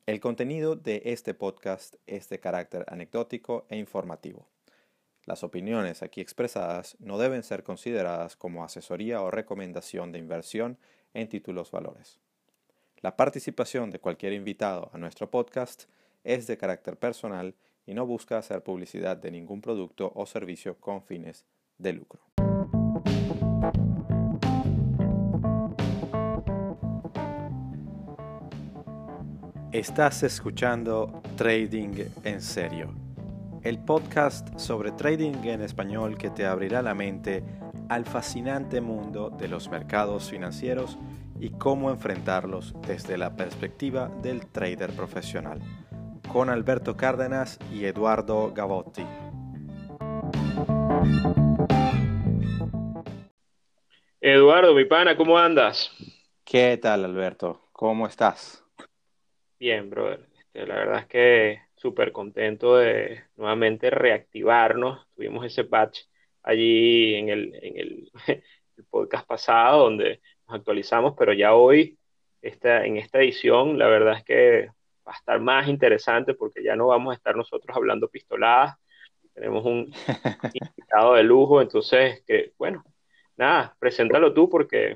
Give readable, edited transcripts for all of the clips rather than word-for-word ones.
El contenido de este podcast es de carácter anecdótico e informativo. Las opiniones aquí expresadas no deben ser consideradas como asesoría o recomendación de inversión en títulos valores. La participación de cualquier invitado a nuestro podcast es de carácter personal y no busca hacer publicidad de ningún producto o servicio con fines de lucro. Estás escuchando Trading en Serio, el podcast sobre trading en español que te abrirá la mente al fascinante mundo de los mercados financieros y cómo enfrentarlos desde la perspectiva del trader profesional, con Alberto Cárdenas y Eduardo Gavotti. Eduardo, mi pana, ¿cómo andas? ¿Qué tal, Alberto? ¿Cómo estás? Bien, brother. La verdad es que súper contento de nuevamente reactivarnos. Tuvimos ese patch allí el podcast pasado donde nos actualizamos, pero ya hoy, en esta edición, la verdad es que va a estar más interesante porque ya no vamos a estar nosotros hablando pistoladas. Tenemos un invitado de lujo, entonces, bueno, nada, preséntalo tú porque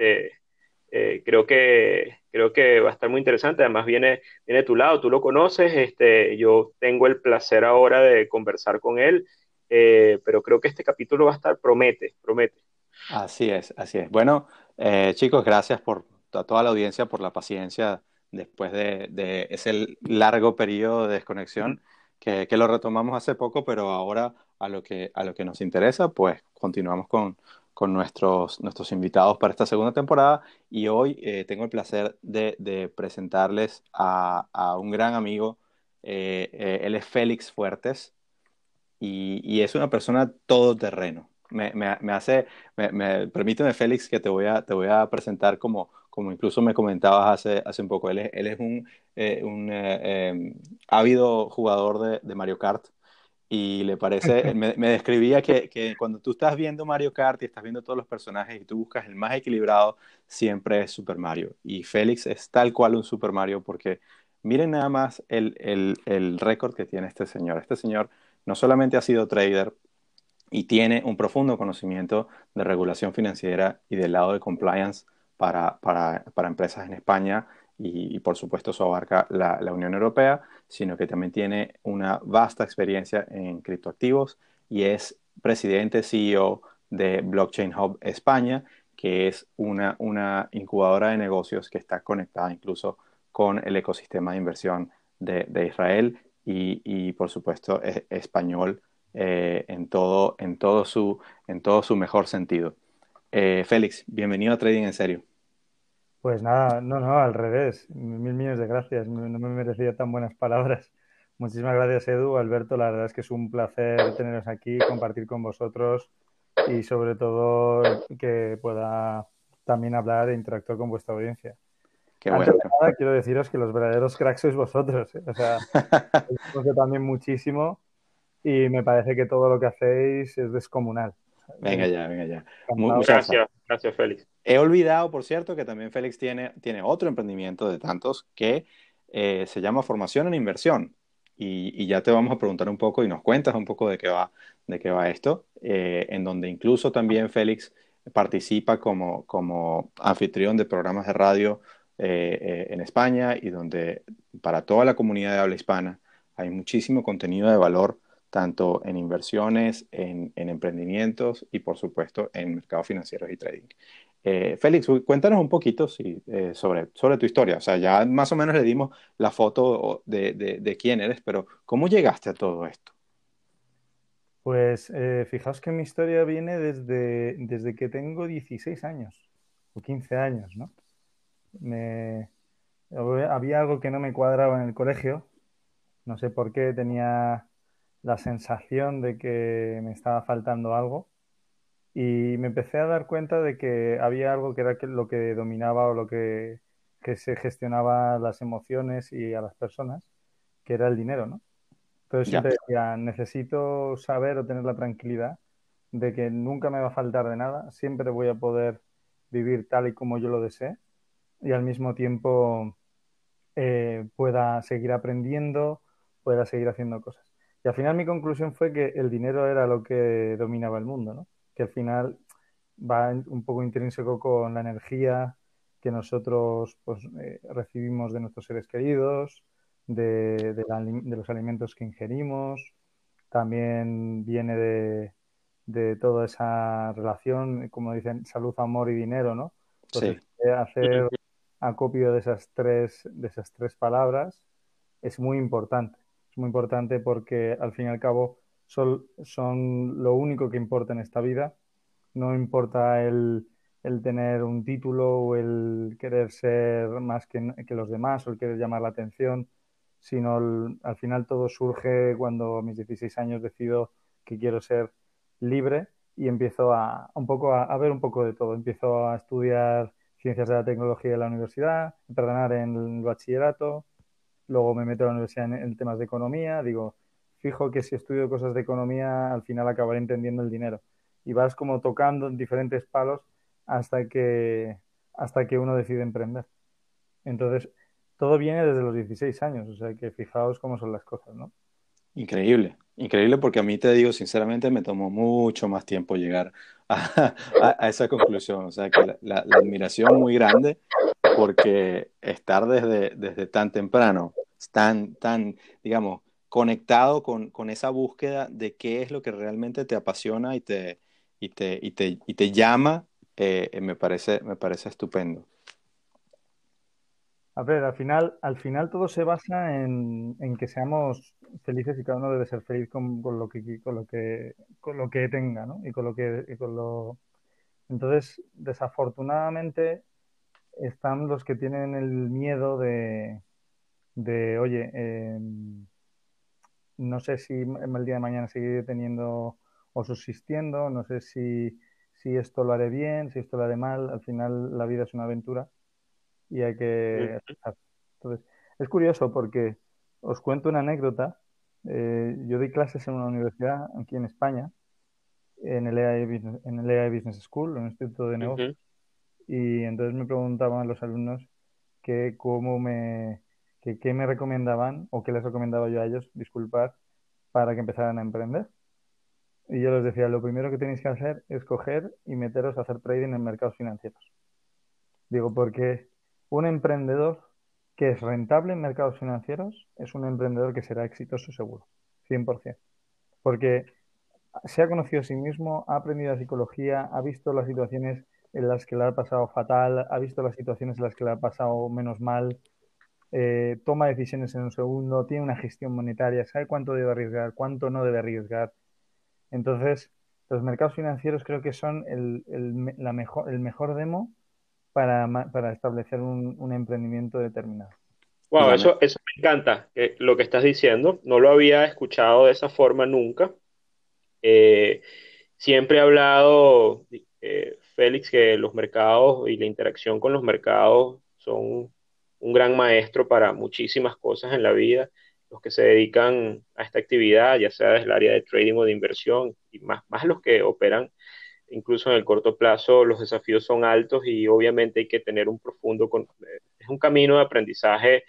creo que va a estar muy interesante. Además, viene de tu lado, tú lo conoces. Yo tengo el placer ahora de conversar con él, pero creo que este capítulo va a estar, promete, promete. Así es, así es. Bueno, chicos, gracias a toda la audiencia por la paciencia después de ese largo periodo de desconexión que lo retomamos hace poco, pero ahora a lo que nos interesa, pues continuamos con nuestros invitados para esta segunda temporada y hoy tengo el placer de presentarles a un gran amigo. Él es Félix Fuertes y es una persona todoterreno. Permíteme, Félix, que te voy a presentar como incluso me comentabas hace un poco. Él es un ávido jugador de Mario Kart y le parece, me describía que cuando tú estás viendo Mario Kart y estás viendo todos los personajes y tú buscas el más equilibrado, siempre es Super Mario. Y Félix es tal cual un Super Mario porque miren nada más el récord que tiene este señor. Este señor no solamente ha sido trader y tiene un profundo conocimiento de regulación financiera y del lado de compliance para empresas en España y, por supuesto eso abarca la Unión Europea, sino que también tiene una vasta experiencia en criptoactivos y es presidente CEO de Blockchain Hub España, que es una incubadora de negocios que está conectada incluso con el ecosistema de inversión de Israel y, por supuesto, es español en todo su mejor sentido. Félix, bienvenido a Trading en Serio. Pues nada, no, no, al revés. Mil millones de gracias. No me merecía tan buenas palabras. Muchísimas gracias, Edu, Alberto. La verdad es que es un placer teneros aquí, compartir con vosotros y sobre todo que pueda también hablar e interactuar con vuestra audiencia. Qué Antes bueno. de nada, quiero deciros que los verdaderos cracks sois vosotros, ¿eh? O sea, os conozco también muchísimo y me parece que todo lo que hacéis es descomunal. Venga ya, venga ya. Encantado. Muchas gracias. Gracias, gracias, Félix. He olvidado, por cierto, que también Félix tiene otro emprendimiento de tantos que se llama Formación en Inversión. Y ya te vamos a preguntar un poco y nos cuentas un poco de qué va esto, en donde incluso también Félix participa como anfitrión de programas de radio en España y donde para toda la comunidad de habla hispana hay muchísimo contenido de valor, tanto en inversiones, en emprendimientos y por supuesto en mercados financieros y trading. Félix, cuéntanos un poquito sí, sobre tu historia. O sea, ya más o menos le dimos la foto de quién eres, pero ¿cómo llegaste a todo esto? Pues fijaos que mi historia viene desde que tengo 16 años o 15 años, ¿no? Me, había algo que no me cuadraba en el colegio, no sé por qué, tenía la sensación de que me estaba faltando algo y me empecé a dar cuenta de que había algo que era lo que dominaba o que se gestionaba las emociones y a las personas, que era el dinero, ¿no? Entonces Ya, siempre decía, necesito saber o tener la tranquilidad de que nunca me va a faltar de nada, siempre voy a poder vivir tal y como yo lo desee y al mismo tiempo pueda seguir aprendiendo, pueda seguir haciendo cosas. Y al final mi conclusión fue que el dinero era lo que dominaba el mundo, ¿no? Que al final va un poco intrínseco con la energía que nosotros pues, recibimos de nuestros seres queridos, de los alimentos que ingerimos, también viene de toda esa relación, como dicen, salud, amor y dinero, ¿no? Entonces, Sí, hacer acopio de esas tres palabras es muy importante. Es muy importante porque al fin y al cabo son lo único que importa en esta vida. No importa el tener un título o el querer ser más que los demás o el querer llamar la atención, sino al final todo surge cuando a mis 16 años decido que quiero ser libre y empiezo un poco a ver un poco de todo. Empiezo a estudiar ciencias de la tecnología en la universidad, perdonar en el bachillerato, luego me meto a la universidad en temas de economía, digo, fijo que si estudio cosas de economía al final acabaré entendiendo el dinero. Y vas como tocando en diferentes palos hasta que, hasta que uno decide emprender. Entonces, todo viene desde los 16 años, o sea que fijaos cómo son las cosas, ¿no? increíble. Increíble porque a mí te digo, sinceramente, me tomó mucho más tiempo llegar a esa conclusión. O sea que la admiración muy grande porque estar desde tan temprano, digamos, conectado con esa búsqueda de qué es lo que realmente te apasiona y te llama, me parece estupendo. A ver, al final todo se basa en que seamos felices y cada uno debe ser feliz con lo que tenga, ¿no? Y con lo que, y con lo... Entonces, desafortunadamente, están los que tienen el miedo oye, no sé si el día de mañana seguiré teniendo o subsistiendo, no sé si esto lo haré bien, si esto lo haré mal. Al final, la vida es una aventura y hay que aceptar. Entonces, es curioso porque os cuento una anécdota. Yo di clases en una universidad aquí en España, en el AI Business School, en un instituto de negocios, Ujú. y entonces me preguntaban los alumnos que qué me recomendaban o qué les recomendaba yo a ellos, disculpad, para que empezaran a emprender. Y yo les decía, lo primero que tenéis que hacer es coger y meteros a hacer trading en mercados financieros. Digo, porque un emprendedor que es rentable en mercados financieros es un emprendedor que será exitoso seguro, 100%. Porque se ha conocido a sí mismo, ha aprendido psicología, ha visto las situaciones en las que le ha pasado fatal, ha visto las situaciones en las que le ha pasado menos mal, toma decisiones en un segundo, tiene una gestión monetaria, sabe cuánto debe arriesgar, cuánto no debe arriesgar. Entonces, los mercados financieros creo que son el mejor demo para establecer un emprendimiento determinado. Wow, eso me encanta, lo que estás diciendo. No lo había escuchado de esa forma nunca. Eh, Siempre he hablado, Félix, que los mercados y la interacción con los mercados son un gran maestro para muchísimas cosas en la vida. Los que se dedican a esta actividad, ya sea desde el área de trading o de inversión, y más los que operan incluso en el corto plazo, los desafíos son altos y obviamente hay que tener es un camino de aprendizaje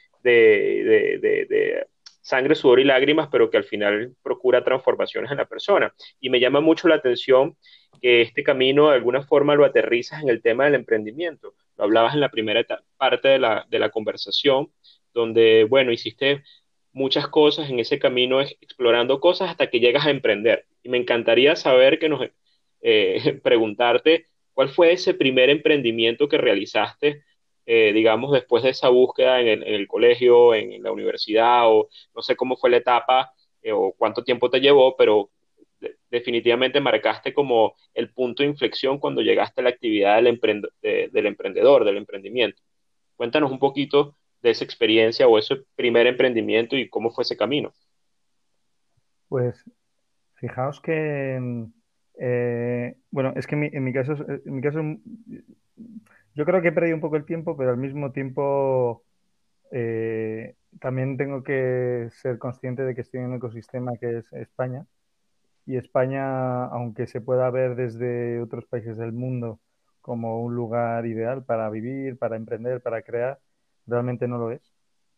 de sangre, sudor y lágrimas, pero que al final procura transformaciones en la persona. Y me llama mucho la atención que este camino de alguna forma lo aterrizas en el tema del emprendimiento. Lo hablabas en la primera parte de la conversación, donde, bueno, hiciste muchas cosas en ese camino, explorando cosas hasta que llegas a emprender. Y me encantaría saber preguntarte cuál fue ese primer emprendimiento que realizaste, digamos, después de esa búsqueda en el colegio, en la universidad, o no sé cómo fue la etapa, o cuánto tiempo te llevó, pero definitivamente marcaste como el punto de inflexión cuando llegaste a la actividad del emprendedor, del emprendimiento. Cuéntanos un poquito de esa experiencia o ese primer emprendimiento y cómo fue ese camino. Pues fijaos que, bueno, es que en mi caso, yo creo que he perdido un poco el tiempo, pero al mismo tiempo también tengo que ser consciente de que estoy en un ecosistema que es España. Y España, aunque se pueda ver desde otros países del mundo como un lugar ideal para vivir, para emprender, para crear, realmente no lo es.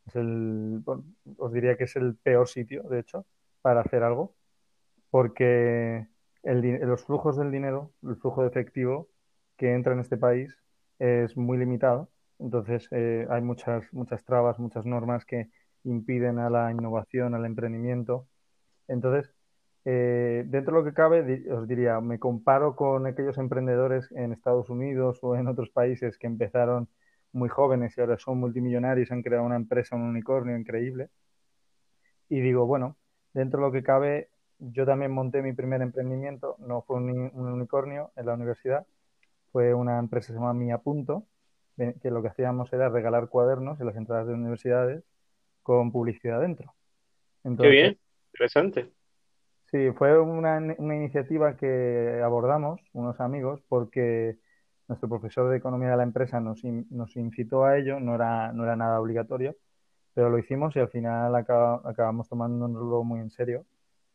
Bueno, os diría que es el peor sitio, de hecho, para hacer algo, porque los flujos del dinero, el flujo de efectivo que entra en este país es muy limitado. Entonces, hay muchas trabas, muchas normas que impiden a la innovación, al emprendimiento. Entonces, dentro de lo que cabe, os diría, me comparo con aquellos emprendedores en Estados Unidos o en otros países que empezaron muy jóvenes y ahora son multimillonarios, han creado una empresa, un unicornio increíble. Y digo, bueno, dentro de lo que cabe, yo también monté mi primer emprendimiento, no fue un unicornio en la universidad, fue una empresa que se llama Mia Punto, que lo que hacíamos era regalar cuadernos en las entradas de universidades con publicidad dentro. Qué Entonces, bien, interesante. sí, fue una iniciativa que abordamos unos amigos porque nuestro profesor de economía de la empresa nos incitó a ello, no era nada obligatorio, pero lo hicimos y al final acabamos tomándonoslo muy en serio.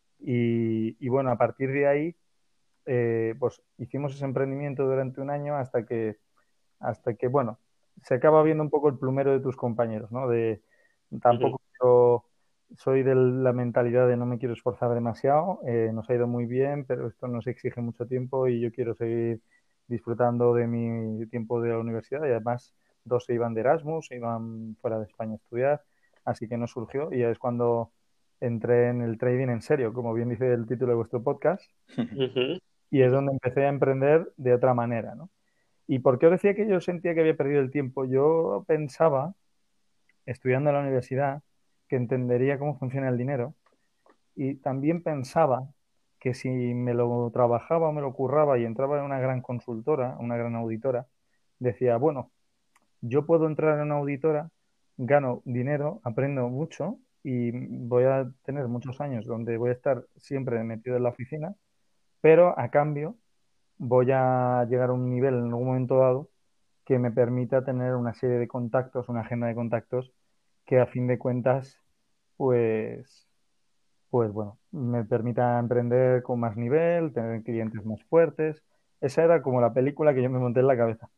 Y bueno, a partir de ahí, pues hicimos ese emprendimiento durante un año hasta que, bueno, se acaba viendo un poco el plumero de tus compañeros, ¿no? Ujú. Tampoco soy de la mentalidad de no me quiero esforzar demasiado, nos ha ido muy bien, pero esto nos exige mucho tiempo y yo quiero seguir disfrutando de mi tiempo de la universidad y además dos se iban de Erasmus, se iban fuera de España a estudiar, así que no surgió y ya es cuando entré en el trading en serio, como bien dice el título de vuestro podcast, Ujú. y es donde empecé a emprender de otra manera, ¿no? ¿Y por qué os decía que yo sentía que había perdido el tiempo? Yo pensaba, estudiando en la universidad, que entendería cómo funciona el dinero y también pensaba que si me lo trabajaba o me lo curraba y entraba en una gran consultora, una gran auditora, decía, bueno, yo puedo entrar en una auditora, gano dinero, aprendo mucho y voy a tener muchos años donde voy a estar siempre metido en la oficina, pero a cambio voy a llegar a un nivel en algún momento dado que me permita tener una serie de contactos, una agenda de contactos que a fin de cuentas, pues, pues bueno, me permita emprender con más nivel, tener clientes más fuertes. Esa era como la película que yo me monté en la cabeza.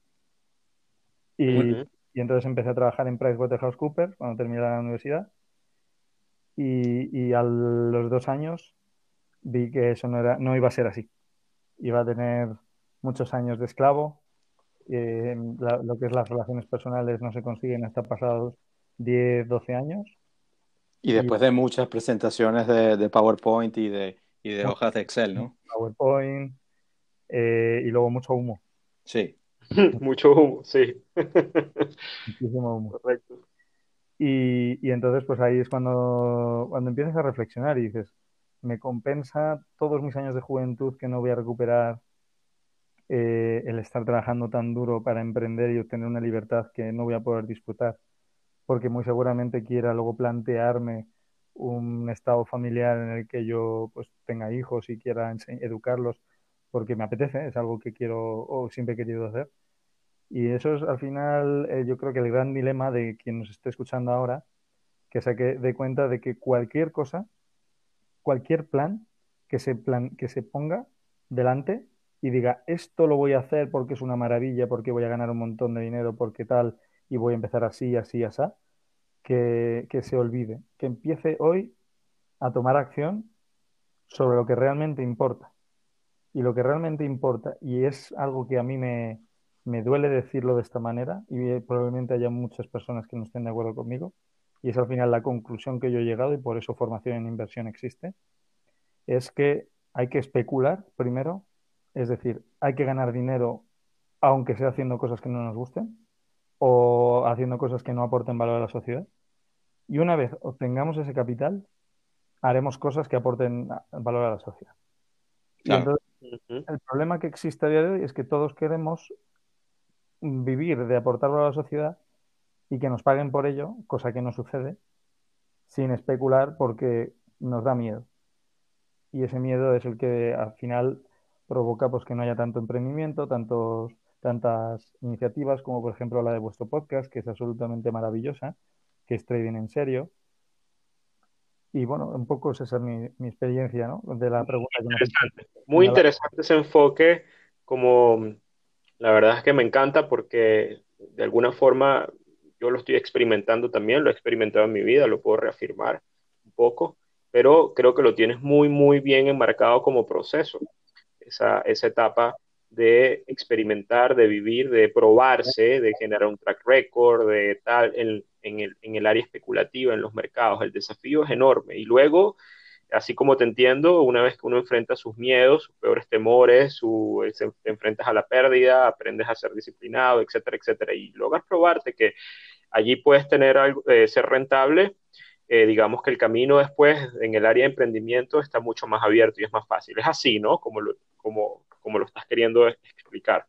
Y, Ujú. y entonces empecé a trabajar en PricewaterhouseCoopers cuando terminé la universidad y a los 2 años vi que eso no iba a ser así. Iba a tener muchos años de esclavo. Lo que es las relaciones personales no se consiguen hasta pasados 10 12 años. Y Y después de muchas presentaciones de PowerPoint y de hojas de Excel, ¿no? PowerPoint, y luego mucho humo, Sí. Mucho humo, sí. muchísimo humo. Correcto. Y entonces, pues ahí es cuando empiezas a reflexionar y dices, ¿me compensa todos mis años de juventud que no voy a recuperar, el estar trabajando tan duro para emprender y obtener una libertad que no voy a poder disfrutar? Porque muy seguramente quiera luego plantearme un estado familiar en el que yo pues tenga hijos y quiera educarlos porque me apetece, es algo que quiero o siempre he querido hacer. Y eso es al final, yo creo que el gran dilema de quien nos esté escuchando ahora, que saque de cuenta de que cualquier cosa, cualquier plan que se ponga delante y diga, esto lo voy a hacer porque es una maravilla, porque voy a ganar un montón de dinero, porque tal, y voy a empezar así, así, así, que se olvide, que empiece hoy a tomar acción sobre lo que realmente importa. Y lo que realmente importa, y es algo que a mí me duele decirlo de esta manera, y probablemente haya muchas personas que no estén de acuerdo conmigo, y es al final la conclusión que yo he llegado, y por eso formación en inversión existe, es que hay que especular primero, es decir, hay que ganar dinero aunque sea haciendo cosas que no nos gusten o haciendo cosas que no aporten valor a la sociedad. Y una vez obtengamos ese capital, haremos cosas que aporten valor a la sociedad. Y Claro. entonces Ujú. el problema que existe a día de hoy es que todos queremos vivir de aportar valor a la sociedad y que nos paguen por ello, cosa que no sucede, sin especular porque nos da miedo. Y ese miedo es el que al final provoca pues, que no haya tanto emprendimiento, tantas iniciativas como por ejemplo la de vuestro podcast, que es absolutamente maravillosa, que es Trading en Serio. Y bueno, un poco esa es mi experiencia, ¿no? De la pregunta que me has hecho. Interesante. Muy interesante ese enfoque, como la verdad es que me encanta porque de alguna forma yo lo estoy experimentando también, lo he experimentado en mi vida, lo puedo reafirmar un poco, pero creo que lo tienes muy, muy bien enmarcado como proceso, esa etapa de experimentar, de vivir, de probarse, de generar un track record, de tal, en el área especulativa, en los mercados. El desafío es enorme. Y luego, así como te entiendo, una vez que uno enfrenta sus miedos, sus peores temores, te enfrentas a la pérdida, aprendes a ser disciplinado, etcétera, etcétera, y logras probarte que allí puedes tener algo, ser rentable. Digamos que el camino después en el área de emprendimiento está mucho más abierto y es más fácil. Es así, ¿no? Como lo estás queriendo explicar.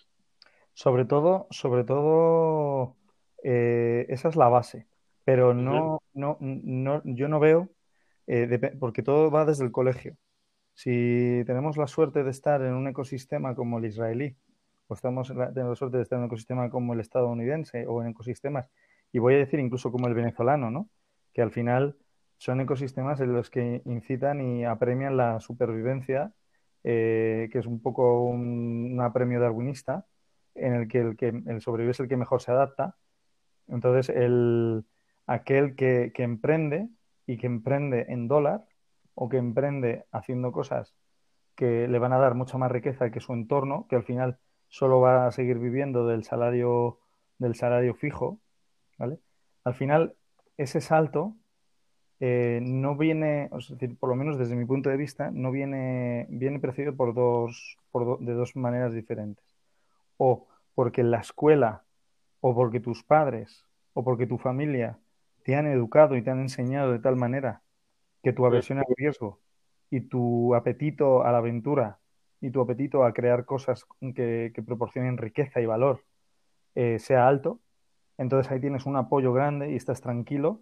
Sobre todo, esa es la base. Pero Ujú. yo no veo, porque todo va desde el colegio. Si tenemos la suerte de estar en un ecosistema como el israelí, o tenemos la suerte de estar en un ecosistema como el estadounidense, o en ecosistemas, y voy a decir incluso como el venezolano, ¿no? Que al final son ecosistemas en los que incitan y apremian la supervivencia, que es un poco un apremio darwinista, en el que el sobrevive es el que mejor se adapta. Entonces, aquel que emprende y que emprende en dólar o que emprende haciendo cosas que le van a dar mucha más riqueza que su entorno, que al final solo va a seguir viviendo del salario fijo, ¿vale? Al final, ese salto no viene, es decir, por lo menos desde mi punto de vista, no viene precedido de dos maneras diferentes. O porque la escuela, o porque tus padres, o porque tu familia te han educado y te han enseñado de tal manera que tu aversión al riesgo y tu apetito a la aventura y tu apetito a crear cosas que proporcionen riqueza y valor sea alto, entonces ahí tienes un apoyo grande y estás tranquilo,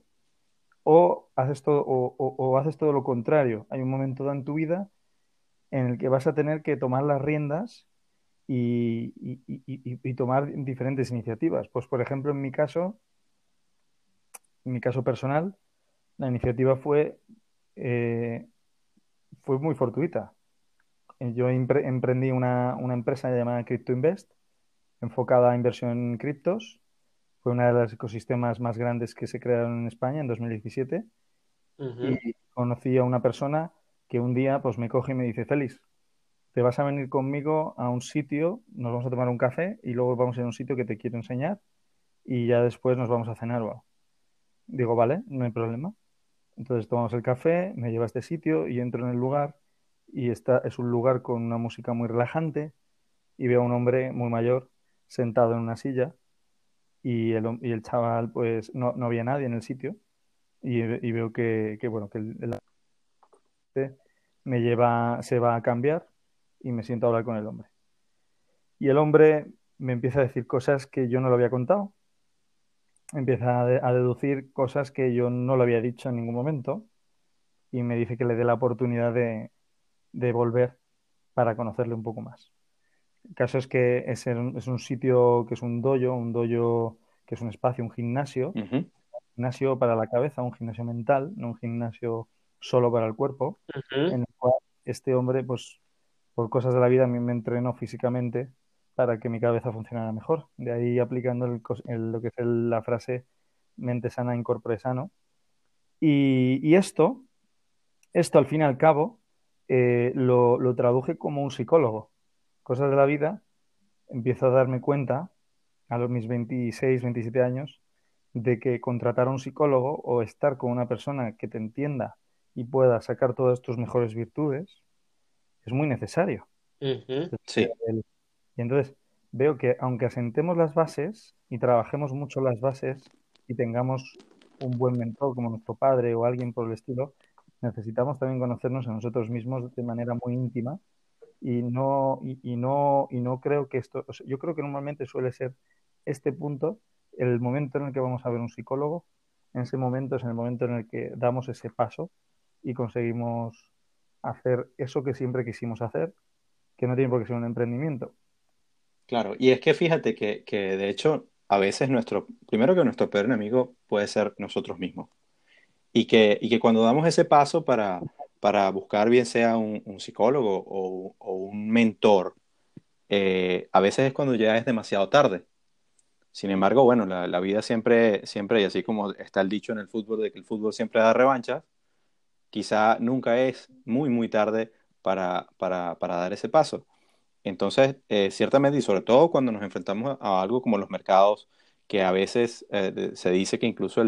o haces todo lo contrario. Hay un momento dado en tu vida en el que vas a tener que tomar las riendas y tomar diferentes iniciativas. Pues, por ejemplo, en mi caso personal, la iniciativa eh, fue muy fortuita. Yo emprendí una empresa llamada Crypto Invest, enfocada a inversión en criptos. Fue una de los ecosistemas más grandes que se crearon en España en 2017. Ujú. Y conocí a una persona que un día pues, me coge y me dice, Félix, te vas a venir conmigo a un sitio, nos vamos a tomar un café y luego vamos a ir a un sitio que te quiero enseñar y ya después nos vamos a cenar. O algo". Digo, vale, no hay problema. Entonces tomamos el café, me lleva a este sitio y entro en el lugar y es un lugar con una música muy relajante y veo a un hombre muy mayor sentado en una silla y el chaval pues no había nadie en el sitio y veo bueno, que se va a cambiar y me siento a hablar con el hombre. Y el hombre me empieza a decir cosas que yo no le había contado, empieza a deducir cosas que yo no le había dicho en ningún momento y me dice que le dé la oportunidad de volver para conocerle un poco más. El caso es que es un sitio que es un dojo que es un espacio, Ujú. gimnasio para la cabeza, un gimnasio mental, no un gimnasio solo para el cuerpo, Ujú. en el cual este hombre, pues, por cosas de la vida, a mí me entrenó físicamente para que mi cabeza funcionara mejor. De ahí aplicando lo que es la frase mente sana, incorpore sano. Y esto al fin y al cabo, lo traduje como un psicólogo. Cosas de la vida, empiezo a darme cuenta a mis 26 27 años de que contratar a un psicólogo o estar con una persona que te entienda y pueda sacar todas tus mejores virtudes es muy necesario. Ujú. Sí, Y entonces veo que aunque asentemos las bases y trabajemos mucho las bases y tengamos un buen mentor como nuestro padre o alguien por el estilo, necesitamos también conocernos a nosotros mismos de manera muy íntima y no creo que esto, o sea, yo creo que normalmente suele ser este punto, el momento en el que vamos a ver un psicólogo, en ese momento es en el momento en el que damos ese paso y conseguimos hacer eso que siempre quisimos hacer, que no tiene por qué ser un emprendimiento. claro. Y es que fíjate que de hecho a veces primero que nuestro peor enemigo puede ser nosotros mismos. Y que cuando damos ese paso para buscar bien sea un psicólogo o un mentor, a veces es cuando ya es demasiado tarde. O Sin embargo, bueno, la vida siempre, siempre, y así como está el dicho en el fútbol de que el fútbol siempre da revancha, quizá nunca es muy, muy tarde para dar ese paso. Entonces, ciertamente, y sobre todo cuando nos enfrentamos a algo como los mercados, que a veces se dice que incluso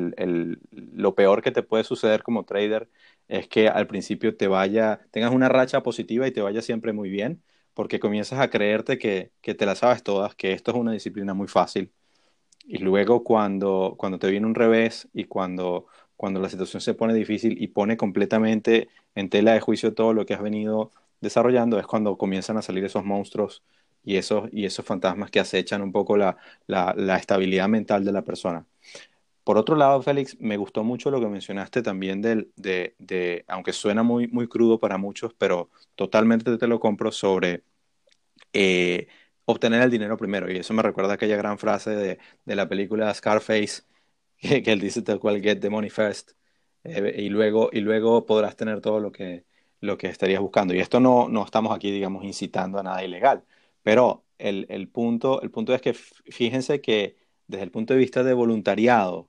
lo peor que te puede suceder como trader es que al principio tengas una racha positiva y te vaya siempre muy bien, porque comienzas a creerte que te la sabes todas, que esto es una disciplina muy fácil. Y luego cuando te viene un revés y cuando la situación se pone difícil y pone completamente en tela de juicio todo lo que has venido desarrollando, es cuando comienzan a salir esos monstruos y esos fantasmas que acechan un poco la estabilidad mental de la persona. Por otro lado, Félix, me gustó mucho lo que mencionaste también aunque suena muy, muy crudo para muchos, pero totalmente te lo compro sobre eh, obtener el dinero primero. Y eso me recuerda a aquella gran frase de la película Scarface, que él dice tal cual, get the money first, y luego podrás tener todo lo que estarías buscando. Y esto no estamos aquí, digamos, incitando a nada ilegal, pero el punto es que fíjense que desde el punto de vista de voluntariado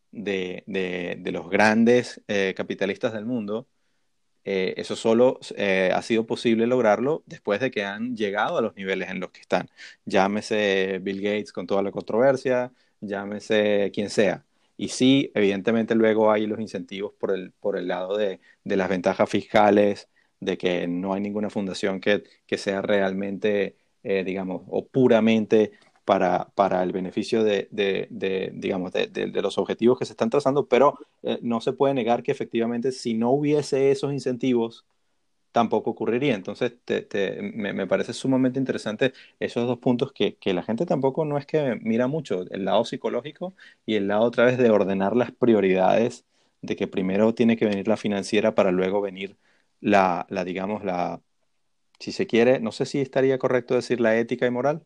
de los grandes capitalistas del mundo, eso solo ha sido posible lograrlo después de que han llegado a los niveles en los que están. Llámese Bill Gates con toda la controversia, llámese quien sea. Y sí, evidentemente luego hay los incentivos por el lado de las ventajas fiscales, de que no hay ninguna fundación que sea realmente, digamos, o puramente para el beneficio digamos, de los objetivos que se están trazando, pero no se puede negar que efectivamente si no hubiese esos incentivos, tampoco ocurriría. Entonces, me parece sumamente interesante esos dos puntos que la gente tampoco no es que mira mucho, el lado psicológico y el lado otra vez de ordenar las prioridades, de que primero tiene que venir la financiera para luego venir digamos, si se quiere, no sé si estaría correcto decir la ética y moral.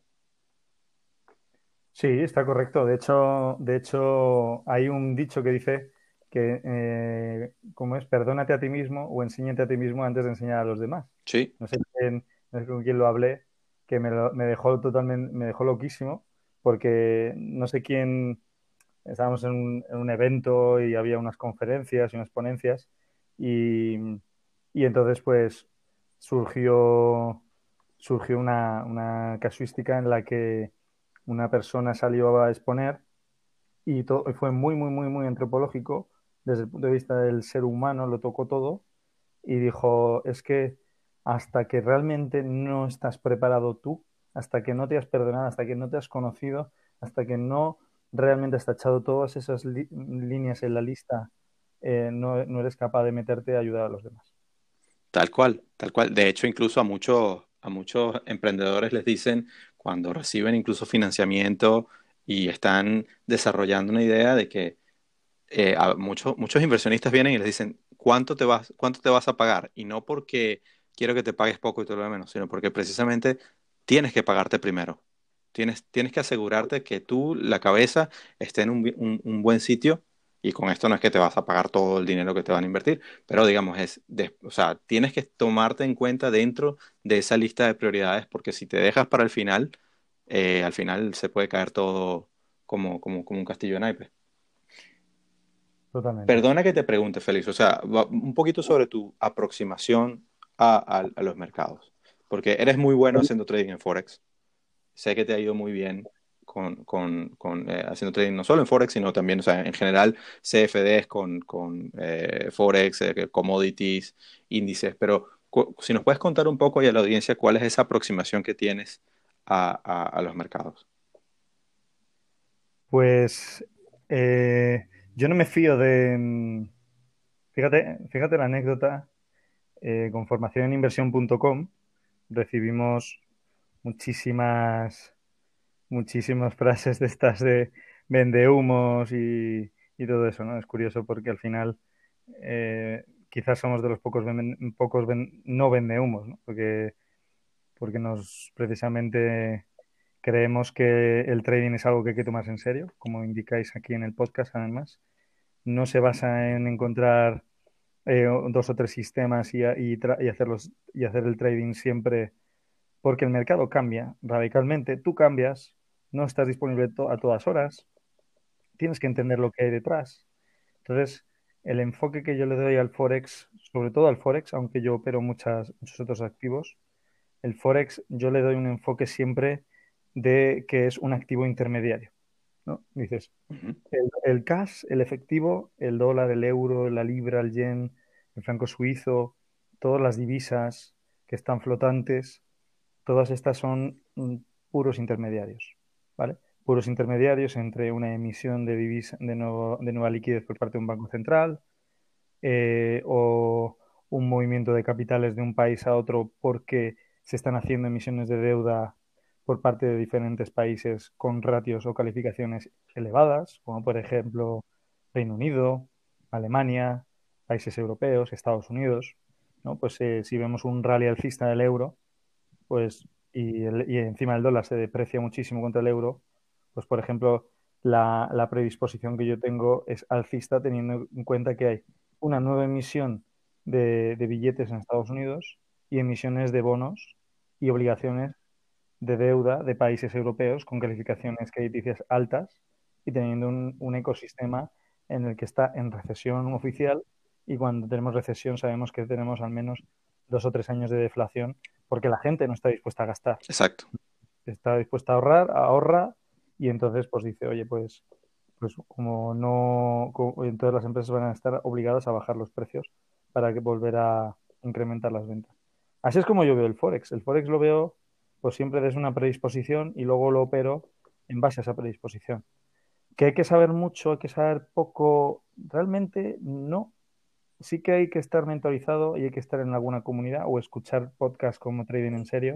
Sí, está correcto. De hecho, hay un dicho que dice que, ¿cómo es? Perdónate a ti mismo o enséñate a ti mismo antes de enseñar a los demás. Sí, No sé no sé con quién lo hablé, que me dejó totalmente, me dejó loquísimo, porque no sé quién, estábamos en un evento y había unas conferencias y unas ponencias, y, y entonces pues surgió, surgió una casuística en la que una persona salió a exponer y fue muy, muy, muy, muy antropológico desde el punto de vista del ser humano, lo tocó todo y dijo, es que hasta que realmente no estás preparado tú, hasta que no te has perdonado, hasta que no te has conocido, hasta que no realmente has tachado todas esas líneas en la lista, no eres capaz de meterte a ayudar a los demás. tal cual, tal cual. De hecho, incluso a muchos emprendedores les dicen cuando reciben incluso financiamiento y están desarrollando una idea de que muchos inversionistas vienen y les dicen, ¿cuánto te vas a pagar? Y no porque quiero que te pagues poco y todo lo menos, sino porque precisamente tienes que pagarte primero. Tienes que asegurarte que tú, la cabeza, esté en un buen sitio. Y con esto no es que te vas a pagar todo el dinero que te van a invertir, pero digamos, o sea, tienes que tomarte en cuenta dentro de esa lista de prioridades, porque si te dejas para el final, al final se puede caer todo como un castillo de naipes. Totalmente. Perdona que te pregunte, Félix, o sea, un poquito sobre tu aproximación a los mercados, porque eres muy bueno haciendo trading en Forex. Sé que te ha ido muy bien haciendo trading no solo en Forex, sino también, o sea, en general, CFDs con Forex, commodities, índices, pero si nos puedes contar un poco y a la audiencia cuál es esa aproximación que tienes a los mercados. Pues yo no me fío fíjate la anécdota, con formación en inversión.com recibimos muchísimas, muchísimas frases de estas de vendehumos y todo eso, ¿no? Es curioso porque al final quizás somos de los no vendehumos, ¿no? Porque nos precisamente creemos que el trading es algo que hay que tomarse en serio, como indicáis aquí en el podcast, además. No se basa en encontrar dos o tres sistemas y hacer el trading siempre, porque el mercado cambia radicalmente, tú cambias no estás disponible a todas horas, tienes que entender lo que hay detrás. Entonces, el enfoque que yo le doy al Forex, sobre todo al Forex, aunque yo opero muchos otros activos, el Forex yo le doy un enfoque siempre de que es un activo intermediario, ¿no? Dices, Ujú. el cash, el efectivo, el dólar, el euro, la libra, el yen, el franco suizo, todas las divisas que están flotantes, todas estas son puros intermediarios, ¿vale? Puros intermediarios entre una emisión de divisa, de nueva liquidez por parte de un banco central, o un movimiento de capitales de un país a otro porque se están haciendo emisiones de deuda por parte de diferentes países con ratios o calificaciones elevadas, como por ejemplo Reino Unido, Alemania, países europeos, Estados Unidos, ¿no? Pues si vemos un rally alcista del euro, pues y encima el dólar se deprecia muchísimo contra el euro, pues por ejemplo la predisposición que yo tengo es alcista teniendo en cuenta que hay una nueva emisión de billetes en Estados Unidos y emisiones de bonos y obligaciones de deuda de países europeos con calificaciones crediticias altas y teniendo un ecosistema en el que está en recesión oficial, y cuando tenemos recesión sabemos que tenemos al menos 2 o 3 años de deflación porque la gente no está dispuesta a gastar, Exacto. está dispuesta a ahorrar, ahorra, y entonces pues dice, oye, pues como no, entonces las empresas van a estar obligadas a bajar los precios para que volver a incrementar las ventas. Así es como yo veo el Forex. El Forex lo veo pues siempre desde una predisposición y luego lo opero en base a esa predisposición. ¿Que hay que saber mucho, hay que saber poco? Realmente no. Sí que hay que estar mentalizado y hay que estar en alguna comunidad o escuchar podcasts como Trading en Serio,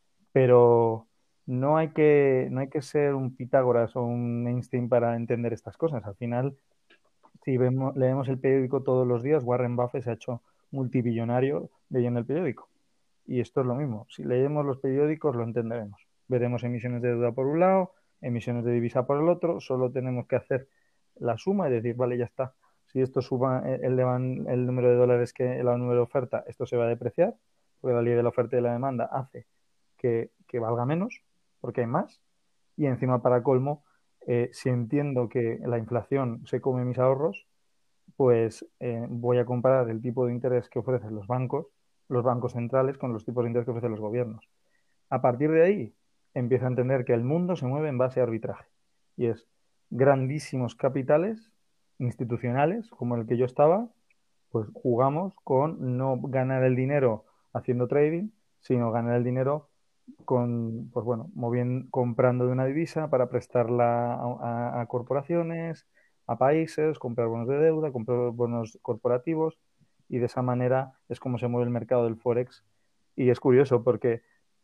pero no hay que ser un Pitágoras o un Einstein para entender estas cosas. Al final, si leemos el periódico todos los días, Warren Buffett se ha hecho multibillonario leyendo el periódico. Y esto es lo mismo. Si leemos los periódicos, lo entenderemos. Veremos emisiones de deuda por un lado, emisiones de divisa por el otro. Solo tenemos que hacer la suma y decir, vale, ya está. Si esto suma el número de dólares que el número de oferta, esto se va a depreciar, porque la ley de la oferta y la demanda hace que valga menos, porque hay más. Y encima, para colmo, si entiendo que la inflación se come mis ahorros, pues voy a comparar el tipo de interés que ofrecen los bancos centrales, con los tipos de interés que ofrecen los gobiernos. A partir de ahí, empiezo a entender que el mundo se mueve en base a arbitraje. Y es grandísimos capitales institucionales, como el que yo estaba, pues jugamos con no ganar el dinero haciendo trading, sino ganar el dinero con, pues bueno, comprando de una divisa para prestarla a corporaciones, a países, comprar bonos de deuda, comprar bonos corporativos, y de esa manera es como se mueve el mercado del Forex. Y es curioso porque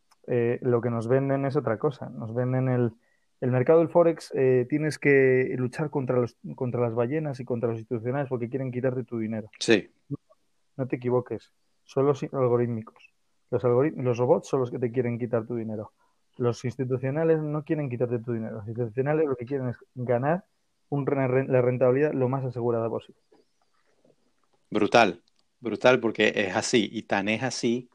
lo que nos venden es otra cosa. Nos venden el mercado del Forex, tienes que luchar contra las ballenas y contra los institucionales porque quieren quitarte tu dinero. Sí. No te equivoques, son los algorítmicos. Los robots son los que te quieren quitar tu dinero. Los institucionales no quieren quitarte tu dinero. Los institucionales lo que quieren es ganar la rentabilidad lo más asegurada posible. Brutal. Brutal porque es así. Y tan es así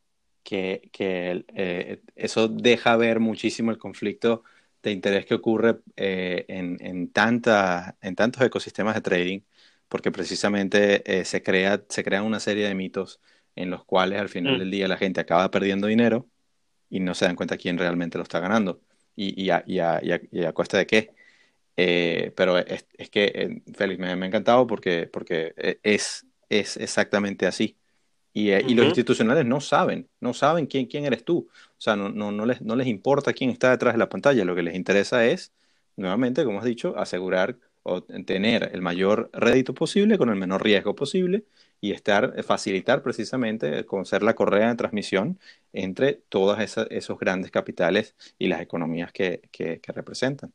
que eso deja ver muchísimo el conflicto de interés que ocurre en tantos ecosistemas de trading, porque precisamente se crean una serie de mitos en los cuales al final Mm. del día la gente acaba perdiendo dinero y no se dan cuenta quién realmente lo está ganando y a cuesta de qué. Pero es que, Félix, me ha encantado porque es exactamente así. Y los Ujú. institucionales no saben quién eres tú. O sea, no les importa quién está detrás de la pantalla. Lo que les interesa es, nuevamente, como has dicho, asegurar o tener el mayor rédito posible con el menor riesgo posible y facilitar precisamente con ser la correa de transmisión entre todos esos grandes capitales y las economías que representan.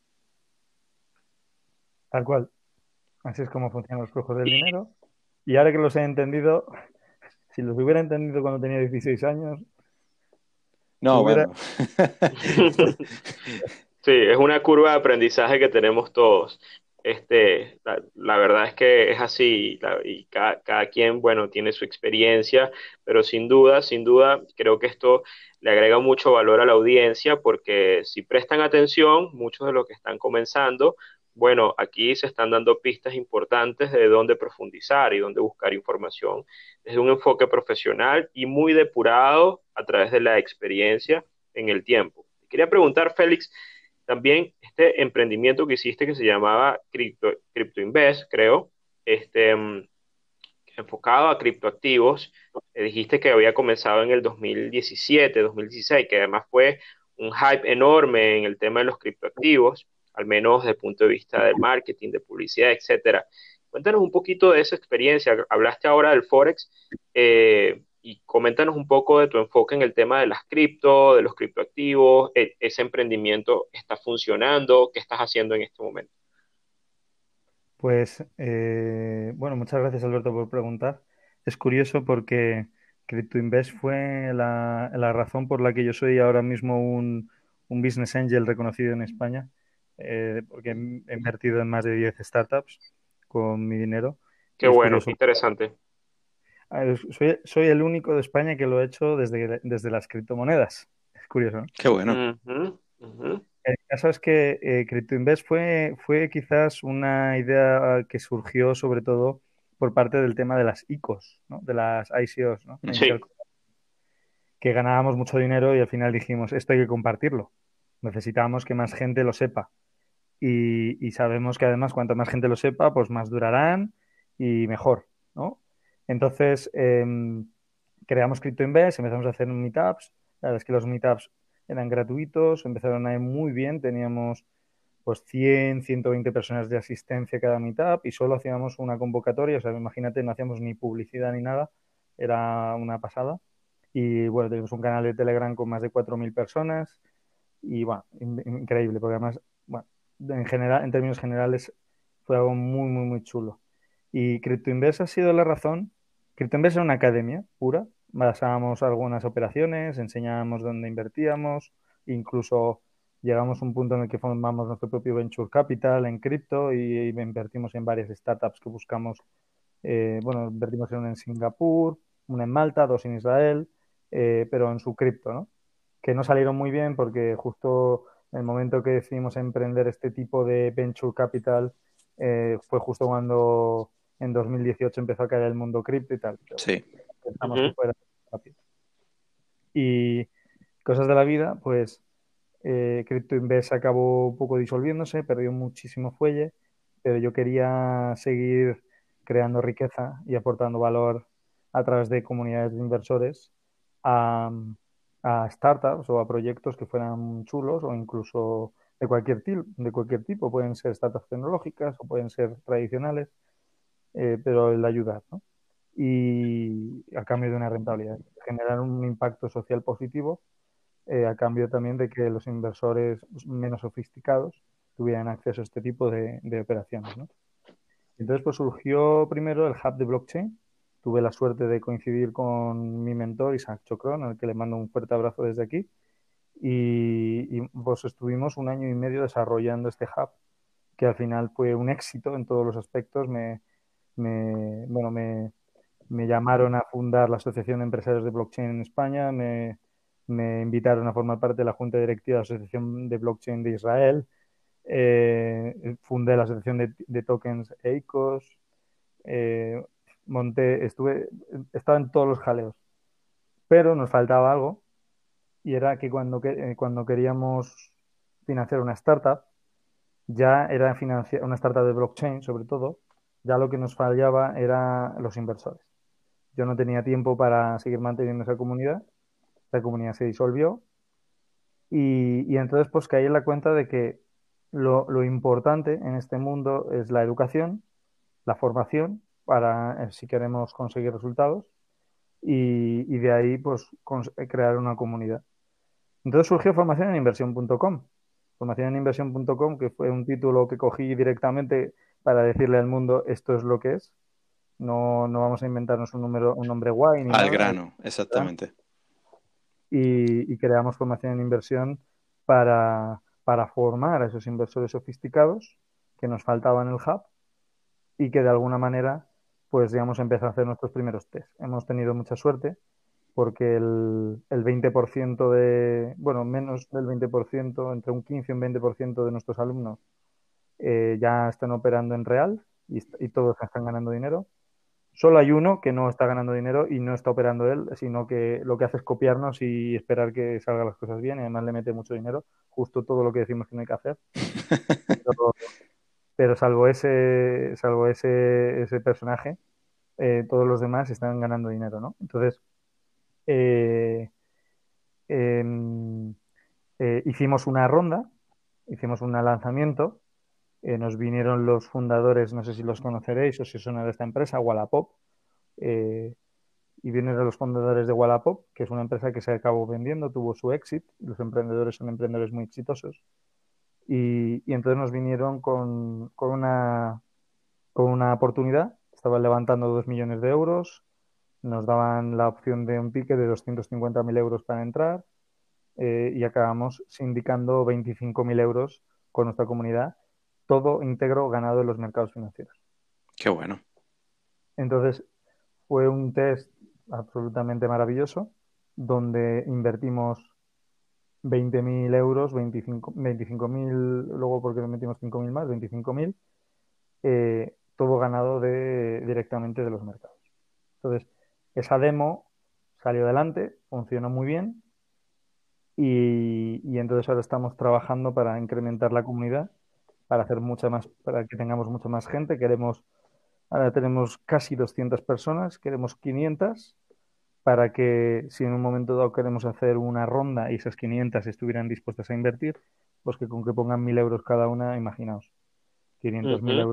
Tal cual. Así es como funcionan los flujos del dinero. Y ahora que los he entendido, si los hubiera entendido cuando tenía 16 años, No, hubiera... bueno. Sí, es una curva de aprendizaje que tenemos todos. La verdad es que es así y cada quien, bueno, tiene su experiencia, pero sin duda, creo que esto le agrega mucho valor a la audiencia porque si prestan atención, muchos de los que están comenzando, bueno, aquí se están dando pistas importantes de dónde profundizar y dónde buscar información desde un enfoque profesional y muy depurado a través de la experiencia en el tiempo. Quería preguntar, Félix, también este emprendimiento que hiciste que se llamaba Crypto Invest, creo, este, enfocado a criptoactivos. Dijiste que había comenzado en el 2017, 2016, que además fue un hype enorme en el tema de los criptoactivos, al menos desde el punto de vista del marketing, de publicidad, etcétera. Cuéntanos un poquito de esa experiencia. Hablaste ahora del Forex y coméntanos un poco de tu enfoque en el tema de las cripto, de los criptoactivos. ¿Ese emprendimiento está funcionando? ¿Qué estás haciendo en este momento? Pues, bueno, muchas gracias Alberto por preguntar. Es curioso porque CryptoInvest fue la razón por la que yo soy ahora mismo un Business Angel reconocido en España, porque he invertido en más de 10 startups con mi dinero. Qué Y es bueno, qué curioso, interesante. soy el único de España que lo ha hecho desde las criptomonedas. Es curioso, ¿no? Qué bueno. Ujú, ujú. El caso es que CryptoInvest fue quizás una idea que surgió sobre todo por parte del tema de las ICOs, ¿no? De las ICOs, ¿no? Sí. Que ganábamos mucho dinero y al final dijimos, esto hay que compartirlo. Necesitamos que más gente lo sepa. Y sabemos que además cuanto más gente lo sepa, pues más durarán y mejor, ¿no? Entonces, creamos CryptoInvest, empezamos a hacer meetups. La verdad es que los meetups eran gratuitos, empezaron a ir muy bien, teníamos pues 100, 120 personas de asistencia a cada meetup y solo hacíamos una convocatoria, o sea, imagínate, no hacíamos ni publicidad ni nada, era una pasada. Y bueno, tenemos un canal de Telegram con más de 4.000 personas y bueno, increíble, porque además, bueno, en general, en términos generales, fue algo muy, muy, muy chulo. Y CryptoInvest ha sido la razón. CryptoInvest era una academia pura, basábamos algunas operaciones, enseñábamos dónde invertíamos, incluso llegamos a un punto en el que formamos nuestro propio venture capital en cripto y invertimos en varias startups que buscamos. Bueno, invertimos en una en Singapur, una en Malta, dos en Israel, pero en su cripto, ¿no? Que no salieron muy bien porque justo en el momento que decidimos emprender este tipo de venture capital fue justo cuando en 2018 empezó a caer el mundo cripto y tal. Pero bueno, Sí. pensamos que Ujú. fuera rápido. Y cosas de la vida, pues Crypto Invest acabó un poco disolviéndose, perdió muchísimo fuelle, pero yo quería seguir creando riqueza y aportando valor a través de comunidades de inversores a, a startups o a proyectos que fueran chulos o incluso de cualquier tipo. Pueden ser startups tecnológicas o pueden ser tradicionales, pero el ayudar, ¿no? Y a cambio de una rentabilidad, generar un impacto social positivo a cambio también de que los inversores menos sofisticados tuvieran acceso a este tipo de operaciones, ¿no? Entonces, pues surgió primero el hub de blockchain. Tuve la suerte de coincidir con mi mentor, Isaac Chocrón, al que le mando un fuerte abrazo desde aquí. Pues estuvimos un año y medio desarrollando este hub, que al final fue un éxito en todos los aspectos. Bueno, me llamaron a fundar la Asociación de Empresarios de Blockchain en España, me invitaron a formar parte de la Junta Directiva de la Asociación de Blockchain de Israel, fundé la Asociación de Tokens EICOS, eh, estaba en todos los jaleos, pero nos faltaba algo y era que cuando queríamos financiar una startup, ya era financiar una startup de blockchain sobre todo, ya lo que nos fallaba era los inversores. Yo no tenía tiempo para seguir manteniendo esa comunidad se disolvió y entonces pues caí en la cuenta de que lo importante en este mundo es la educación, la formación para si queremos conseguir resultados y de ahí pues crear una comunidad. Entonces surgió formacioneninversión.com. Formacioneninversión.com, que fue un título que cogí directamente para decirle al mundo esto es lo que es. No, no vamos a inventarnos un nombre guay ni Al nada. grano, exactamente. Y creamos formación en inversión para formar a esos inversores sofisticados que nos faltaba en el hub y que de alguna manera pues ya hemos empezado a hacer nuestros primeros test. Hemos tenido mucha suerte porque el 20% bueno, menos del 20%, entre un 15 y un 20% de nuestros alumnos ya están operando en real y todos están ganando dinero. Solo hay uno que no está ganando dinero y no está operando él, sino que lo que hace es copiarnos y esperar que salgan las cosas bien y además le mete mucho dinero, justo todo lo que decimos que no hay que hacer. Pero, pero salvo ese personaje, todos los demás están ganando dinero, ¿no? Entonces, eh, em, hicimos una ronda, hicimos un lanzamiento, nos vinieron los fundadores, no sé si los conoceréis o si son de esta empresa, Wallapop, eh, y vinieron los fundadores de Wallapop, que es una empresa que se acabó vendiendo, tuvo su exit, los emprendedores son emprendedores muy exitosos, y entonces nos vinieron con una oportunidad, estaban levantando 2 millones de euros, nos daban la opción de un ticket de 250.000 euros para entrar, y acabamos sindicando 25.000 euros con nuestra comunidad, todo íntegro ganado en los mercados financieros. Qué bueno. Entonces, fue un test absolutamente maravilloso, donde invertimos 20.000 euros, 25.000, luego porque le metimos 5.000 más, 25.000, todo ganado directamente de los mercados. Entonces, esa demo salió adelante, funcionó muy bien y entonces ahora estamos trabajando para incrementar la comunidad, para hacer para que tengamos mucha más gente. Ahora tenemos casi 200 personas, queremos 500 para que si en un momento dado queremos hacer una ronda y esas 500 estuvieran dispuestas a invertir, pues que con que pongan 1.000 euros cada una, imaginaos, 500.000 Ujú. euros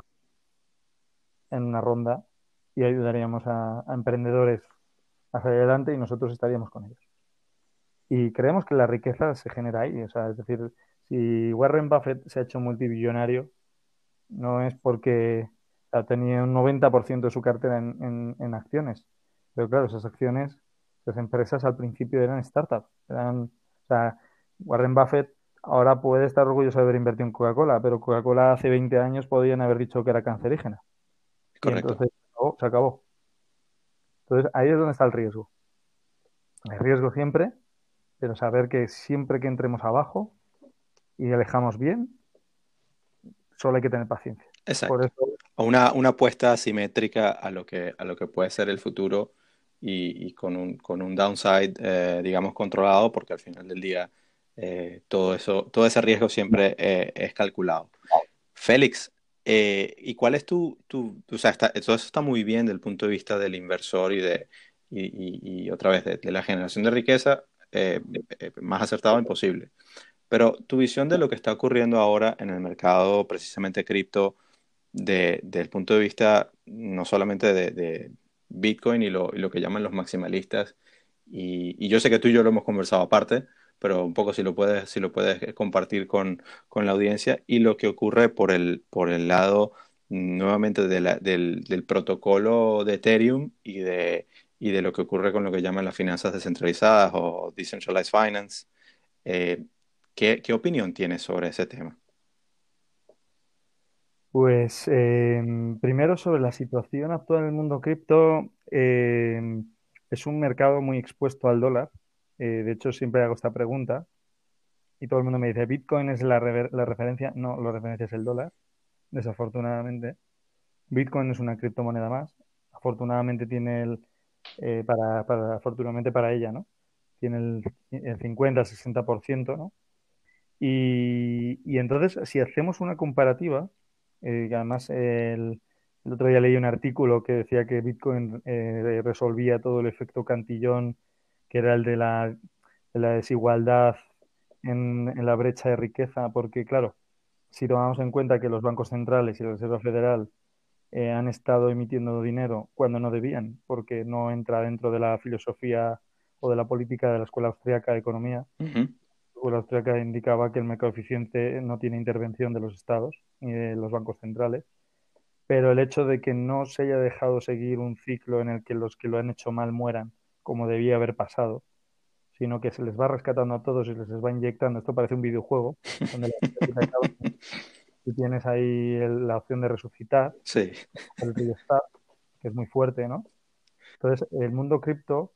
en una ronda y ayudaríamos a emprendedores a salir adelante y nosotros estaríamos con ellos. Y creemos que la riqueza se genera ahí, o sea, es decir, si Warren Buffett se ha hecho multimillonario, no es porque tenía un 90% de su cartera en acciones. Pero claro, esas acciones, esas empresas al principio eran startups. O sea, Warren Buffett ahora puede estar orgulloso de haber invertido en Coca-Cola, pero Coca-Cola hace 20 años podían haber dicho que era cancerígena. Y Correcto. entonces se acabó. Entonces ahí es donde está el riesgo. Hay riesgo siempre, pero saber que siempre que entremos abajo y alejamos bien, solo hay que tener paciencia. Por Exacto. eso, O una apuesta asimétrica a lo que puede ser el futuro y con un downside, digamos, controlado, porque al final del día todo eso, todo ese riesgo siempre es calculado. Félix, ¿y cuál es o sea, todo eso está muy bien desde el punto de vista del inversor y otra vez de la generación de riqueza, más acertado imposible. Pero tu visión de lo que está ocurriendo ahora en el mercado, precisamente cripto, desde el punto de vista no solamente de Bitcoin y lo que llaman los maximalistas, y yo sé que tú y yo lo hemos conversado aparte, pero un poco si lo puedes compartir con la audiencia, y lo que ocurre por el lado nuevamente del protocolo de Ethereum y de lo que ocurre con lo que llaman las finanzas descentralizadas o decentralized finance. Eh, ¿qué opinión tienes sobre ese tema? pues primero sobre la situación actual en el mundo cripto, es un mercado muy expuesto al dólar. De hecho, siempre hago esta pregunta y todo el mundo me dice, ¿Bitcoin es la referencia? No, la referencia es el dólar, desafortunadamente. Bitcoin es una criptomoneda más. Afortunadamente tiene afortunadamente para ella, ¿no? Tiene el 50-60%, ¿no? Y entonces, si hacemos una comparativa, que además el otro día leí un artículo que decía que Bitcoin resolvía todo el efecto Cantillón, que era el de la desigualdad en la brecha de riqueza, porque claro, si tomamos en cuenta que los bancos centrales y la Reserva Federal han estado emitiendo dinero cuando no debían, porque no entra dentro de la filosofía o de la política de la Escuela Austriaca de Economía. Ujú. La austríaca indicaba que el mercado eficiente no tiene intervención de los estados ni de los bancos centrales, pero el hecho de que no se haya dejado seguir un ciclo en el que los que lo han hecho mal mueran, como debía haber pasado, sino que se les va rescatando a todos y les va inyectando. Esto parece un videojuego donde la gente y tienes ahí la opción de resucitar, Sí, el restart, que es muy fuerte, ¿no? Entonces, el mundo cripto,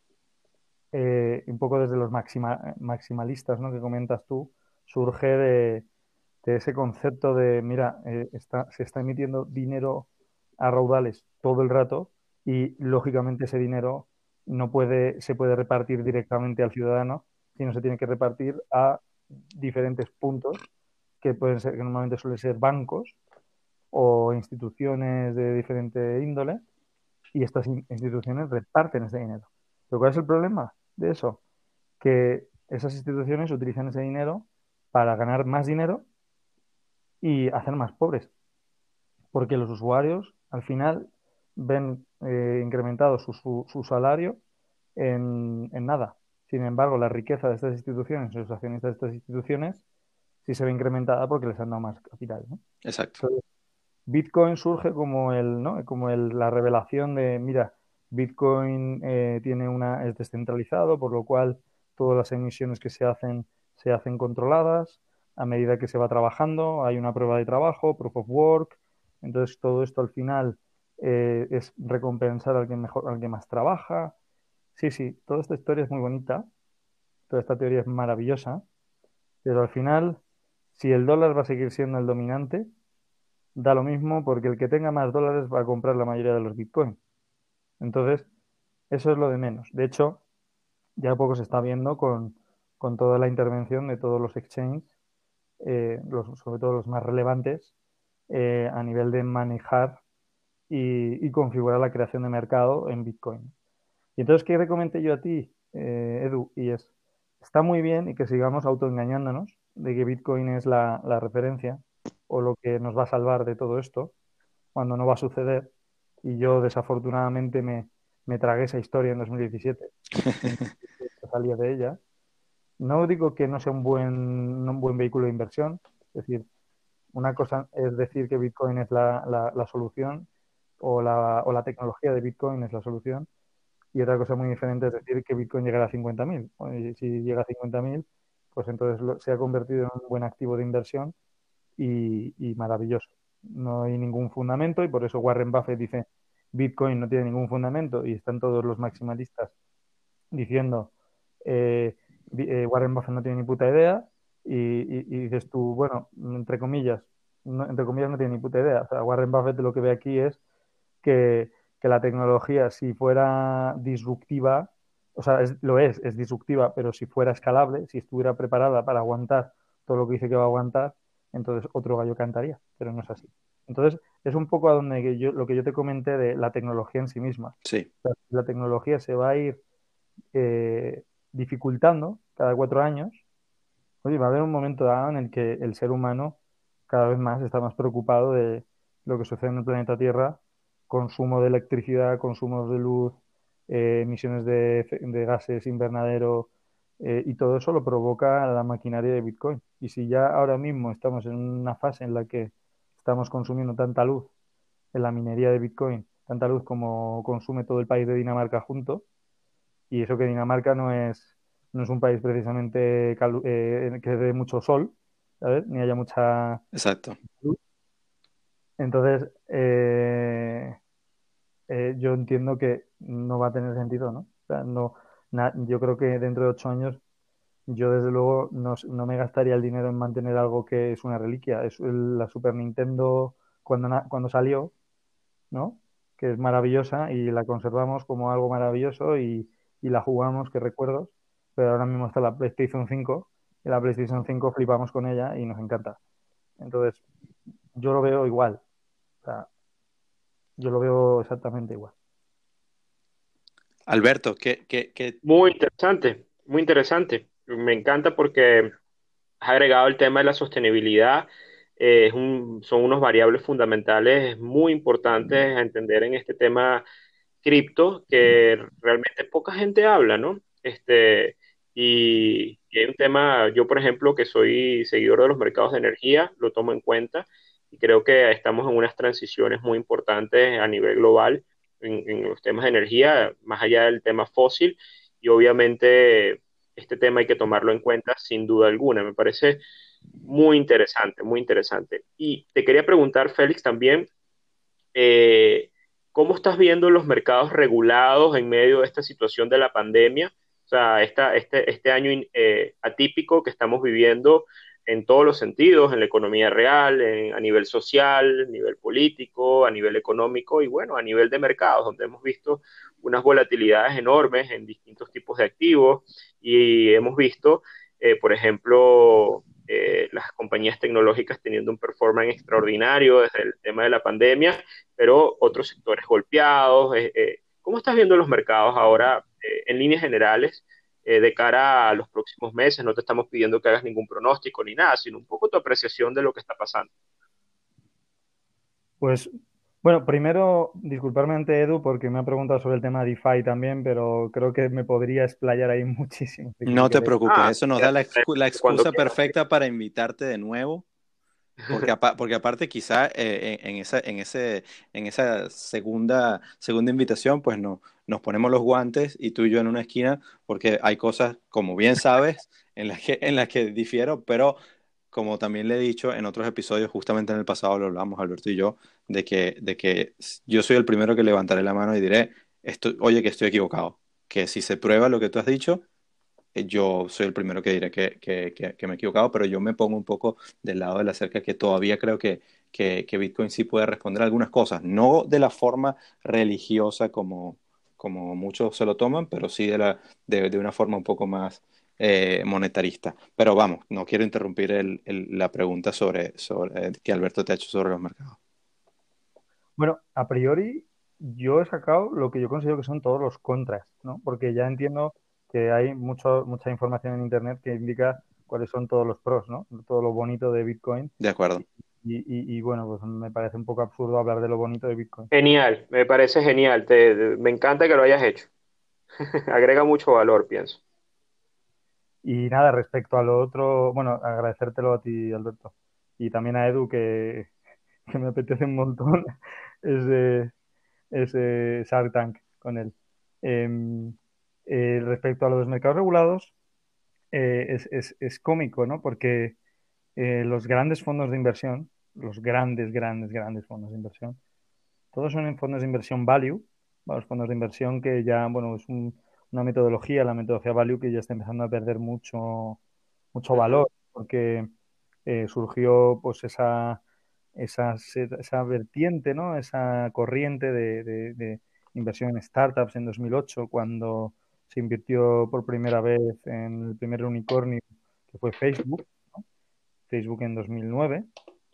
un poco desde los maximalistas, ¿no? que comentas tú, surge de ese concepto de, mira, se está emitiendo dinero a raudales todo el rato y lógicamente ese dinero se puede repartir directamente al ciudadano, sino se tiene que repartir a diferentes puntos que pueden ser, que normalmente suelen ser bancos o instituciones de diferente índole, y estas instituciones reparten ese dinero. ¿Pero cuál es el problema de eso? Que esas instituciones utilizan ese dinero para ganar más dinero y hacer más pobres, porque los usuarios al final ven incrementado su salario en nada. Sin embargo, la riqueza de estas instituciones, los accionistas de estas instituciones, sí se ve incrementada porque les han dado más capital, ¿no? exacto. Entonces, Bitcoin surge como ¿no? Como la revelación de, mira, Bitcoin es descentralizado, por lo cual todas las emisiones que se hacen controladas a medida que se va trabajando, hay una prueba de trabajo, proof of work, entonces todo esto al final es recompensar al que mejor, al que más trabaja. Sí, sí, toda esta historia es muy bonita, toda esta teoría es maravillosa, pero al final, si el dólar va a seguir siendo el dominante, da lo mismo porque el que tenga más dólares va a comprar la mayoría de los bitcoins. Entonces, eso es lo de menos. De hecho, ya poco se está viendo con toda la intervención de todos los exchanges, sobre todo los más relevantes, a nivel de manejar y configurar la creación de mercado en Bitcoin. Y entonces, ¿qué recomendé yo a ti, Edu? Y está muy bien y que sigamos autoengañándonos de que Bitcoin es la referencia o lo que nos va a salvar de todo esto, cuando no va a suceder. Y yo desafortunadamente me tragué esa historia en 2017 y no salía de ella. No digo que no sea un buen vehículo de inversión, es decir, una cosa es decir que Bitcoin es la solución o la tecnología de Bitcoin es la solución, y otra cosa muy diferente es decir que Bitcoin llegará a 50.000. Y si llega a 50.000, pues entonces se ha convertido en un buen activo de inversión y maravilloso. No hay ningún fundamento y por eso Warren Buffett dice Bitcoin no tiene ningún fundamento y están todos los maximalistas diciendo eh, Warren Buffett no tiene ni puta idea y dices tú, bueno, entre comillas no tiene ni puta idea. O sea, Warren Buffett lo que ve aquí es que, que la tecnología, si fuera disruptiva, o sea, es disruptiva, pero si fuera escalable, si estuviera preparada para aguantar todo lo que dice que va a aguantar, entonces otro gallo cantaría, pero no es así. Entonces, es un poco a donde lo que yo te comenté de la tecnología en sí misma. Sí, O sea, la tecnología se va a ir dificultando cada 4 años. Oye, va a haber un momento dado en el que el ser humano cada vez más está más preocupado de lo que sucede en el planeta Tierra, consumo de electricidad, consumo de luz, emisiones de gases invernadero, y todo eso lo provoca la maquinaria de Bitcoin. Y si ya ahora mismo estamos en una fase en la que estamos consumiendo tanta luz en la minería de Bitcoin, tanta luz como consume todo el país de Dinamarca junto, y eso que Dinamarca no es un país precisamente que dé mucho sol, ¿sabes? Ni haya mucha exacto. luz. Entonces, yo entiendo que no va a tener sentido, ¿no? O sea, no, yo creo que dentro de 8 años, yo desde luego no me gastaría el dinero en mantener algo que es una reliquia. Es la Super Nintendo cuando salió, ¿no? Que es maravillosa y la conservamos como algo maravilloso y la jugamos, qué recuerdos, pero ahora mismo está la PlayStation 5 y la PlayStation 5 flipamos con ella y nos encanta. Entonces, yo lo veo igual, o sea, yo lo veo exactamente igual. Alberto, Muy interesante, muy interesante. Me encanta porque has agregado el tema de la sostenibilidad. Son unos variables fundamentales muy importantes a entender en este tema cripto que realmente poca gente habla, ¿no? Y hay un tema, yo por ejemplo, que soy seguidor de los mercados de energía, lo tomo en cuenta y creo que estamos en unas transiciones muy importantes a nivel global en los temas de energía, más allá del tema fósil, y obviamente este tema hay que tomarlo en cuenta sin duda alguna. Me parece muy interesante, muy interesante. Y te quería preguntar, Félix, también, eh, ¿cómo estás viendo los mercados regulados en medio de esta situación de la pandemia? O sea, este año atípico que estamos viviendo en todos los sentidos, en la economía real, a nivel social, a nivel político, a nivel económico y bueno, a nivel de mercados, donde hemos visto unas volatilidades enormes en distintos tipos de activos y hemos visto, por ejemplo, las compañías tecnológicas teniendo un performance extraordinario desde el tema de la pandemia, pero otros sectores golpeados. ¿Cómo estás viendo los mercados ahora en líneas generales de cara a los próximos meses? No te estamos pidiendo que hagas ningún pronóstico ni nada, sino un poco tu apreciación de lo que está pasando. Pues, bueno, primero, disculparme ante Edu porque me ha preguntado sobre el tema DeFi también, pero creo que me podría explayar ahí muchísimo. Así que si No te queréis. preocupes, eso nos da la Cuando excusa quieras. perfecta para invitarte de nuevo. Porque aparte quizá en esa segunda invitación, pues no, nos ponemos los guantes y tú y yo en una esquina, porque hay cosas, como bien sabes, en las que difiero, pero como también le he dicho en otros episodios, justamente en el pasado lo hablamos Alberto y yo, de que yo soy el primero que levantaré la mano y diré, oye, que estoy equivocado, que si se prueba lo que tú has dicho, yo soy el primero que diré que me he equivocado, pero yo me pongo un poco del lado de la cerca que todavía creo que Bitcoin sí puede responder a algunas cosas, no de la forma religiosa como muchos se lo toman, pero sí de una forma un poco más monetarista. Pero vamos, no quiero interrumpir la pregunta que Alberto te ha hecho sobre los mercados. Bueno, a priori yo he sacado lo que yo considero que son todos los contras, ¿no? Porque ya entiendo que hay mucha información en Internet que indica cuáles son todos los pros, ¿no? Todo lo bonito de Bitcoin. De acuerdo. Y bueno, pues me parece un poco absurdo hablar de lo bonito de Bitcoin. Genial, me parece genial. Me encanta que lo hayas hecho. Agrega mucho valor, pienso. Y nada, respecto a lo otro, bueno, agradecértelo a ti, Alberto, y también a Edu, que me apetece un montón ese Shark Tank con él. Em, Respecto a los mercados regulados, es cómico, ¿no? Porque los grandes fondos de inversión, los grandes fondos de inversión, todos son en fondos de inversión value, los fondos de inversión que ya, bueno, una metodología, la metodología value que ya está empezando a perder mucho Ujú, valor, porque surgió pues esa vertiente, ¿no? Esa corriente de inversión en startups en 2008, cuando se invirtió por primera vez en el primer unicornio, que fue Facebook, ¿no? Facebook en 2009.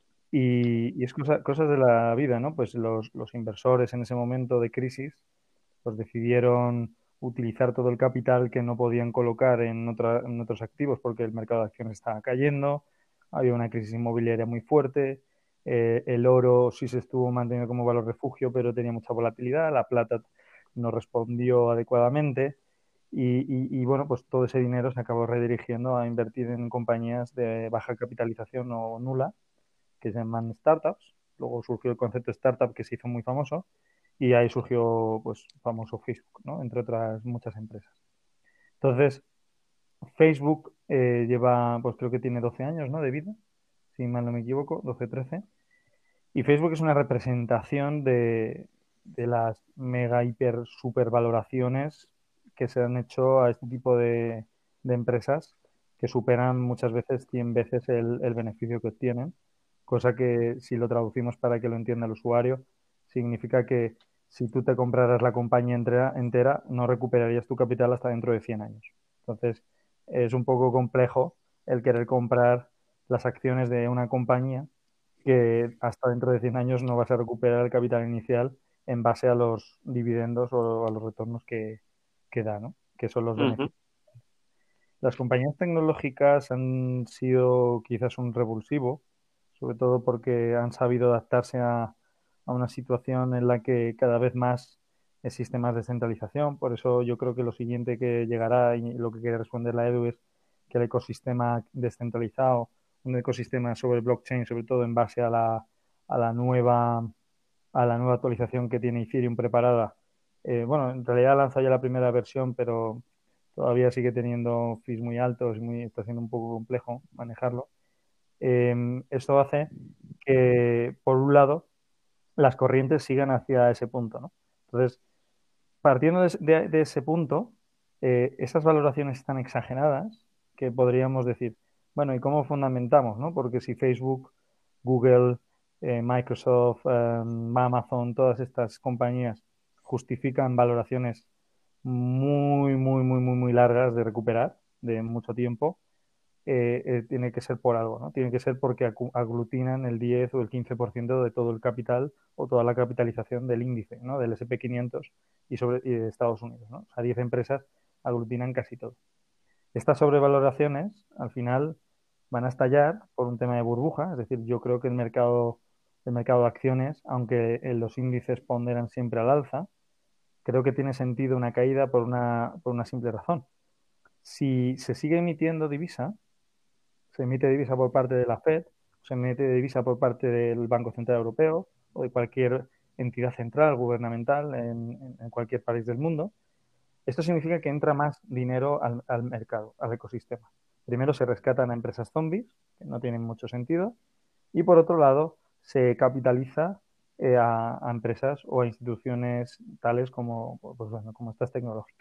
Y es cosas de la vida, ¿no? Pues los inversores en ese momento de crisis, pues decidieron utilizar todo el capital que no podían colocar en otros activos porque el mercado de acciones estaba cayendo, había una crisis inmobiliaria muy fuerte, el oro sí se estuvo manteniendo como valor refugio, pero tenía mucha volatilidad, la plata no respondió adecuadamente bueno, pues todo ese dinero se acabó redirigiendo a invertir en compañías de baja capitalización o nula que se llaman startups. Luego surgió el concepto de startup que se hizo muy famoso y ahí surgió pues famoso Facebook, ¿no? Entre otras muchas empresas. Entonces, Facebook lleva, pues creo que tiene 12 años, ¿no? De vida, si mal no me equivoco, 12 13. Y Facebook es una representación de las mega, hiper, super valoraciones que se han hecho a este tipo de empresas que superan muchas veces 100 veces el beneficio que obtienen, cosa que si lo traducimos para que lo entienda el usuario, significa que si tú te compraras la compañía entera, no recuperarías tu capital hasta dentro de 100 años. Entonces, es un poco complejo el querer comprar las acciones de una compañía que hasta dentro de 100 años no vas a recuperar el capital inicial en base a los dividendos o a los retornos que da, ¿no? Que son los ujú. beneficios. Las compañías tecnológicas han sido quizás un revulsivo, sobre todo porque han sabido adaptarse a una situación en la que cada vez más existe más descentralización. Por eso yo creo que lo siguiente que llegará y lo que quiere responder la Edu es que el ecosistema descentralizado, un ecosistema sobre blockchain, sobre todo en base a la nueva, a la nueva actualización que tiene Ethereum preparada. Bueno, en realidad lanza ya la primera versión, pero todavía sigue teniendo fees muy altos y está siendo un poco complejo manejarlo. Esto hace que, por un lado, las corrientes sigan hacia ese punto, ¿no? Entonces, partiendo de ese punto, esas valoraciones están exageradas que podríamos decir, bueno, ¿y cómo fundamentamos, no? Porque si Facebook, Google, Microsoft, Amazon, todas estas compañías justifican valoraciones muy, muy, muy, muy, muy largas de recuperar, de mucho tiempo, tiene que ser por algo, ¿no? Tiene que ser porque aglutinan el 10 o el 15% de todo el capital o toda la capitalización del índice, ¿no? Del S&P 500 y de Estados Unidos, ¿no? O sea, 10 empresas aglutinan casi todo. Estas sobrevaloraciones, al final, van a estallar por un tema de burbuja, es decir, yo creo que el mercado de acciones, aunque los índices ponderan siempre al alza, creo que tiene sentido una caída por una simple razón. Si se sigue emitiendo divisa, se emite divisa por parte de la Fed, se emite divisa por parte del Banco Central Europeo o de cualquier entidad central gubernamental en cualquier país del mundo. Esto significa que entra más dinero al mercado, al ecosistema. Primero se rescatan a empresas zombies, que no tienen mucho sentido, y por otro lado se capitaliza a empresas o a instituciones tales como, pues bueno, como estas tecnológicas.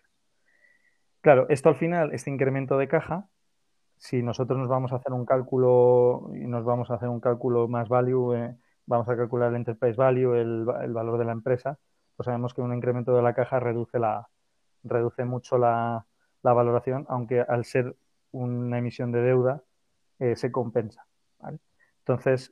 Claro, esto al final, este incremento de caja, si nosotros nos vamos a hacer un cálculo y nos vamos a hacer un cálculo más value, vamos a calcular el enterprise value, el valor de la empresa, pues sabemos que un incremento de la caja reduce mucho la valoración, aunque al ser una emisión de deuda se compensa, ¿vale? Entonces,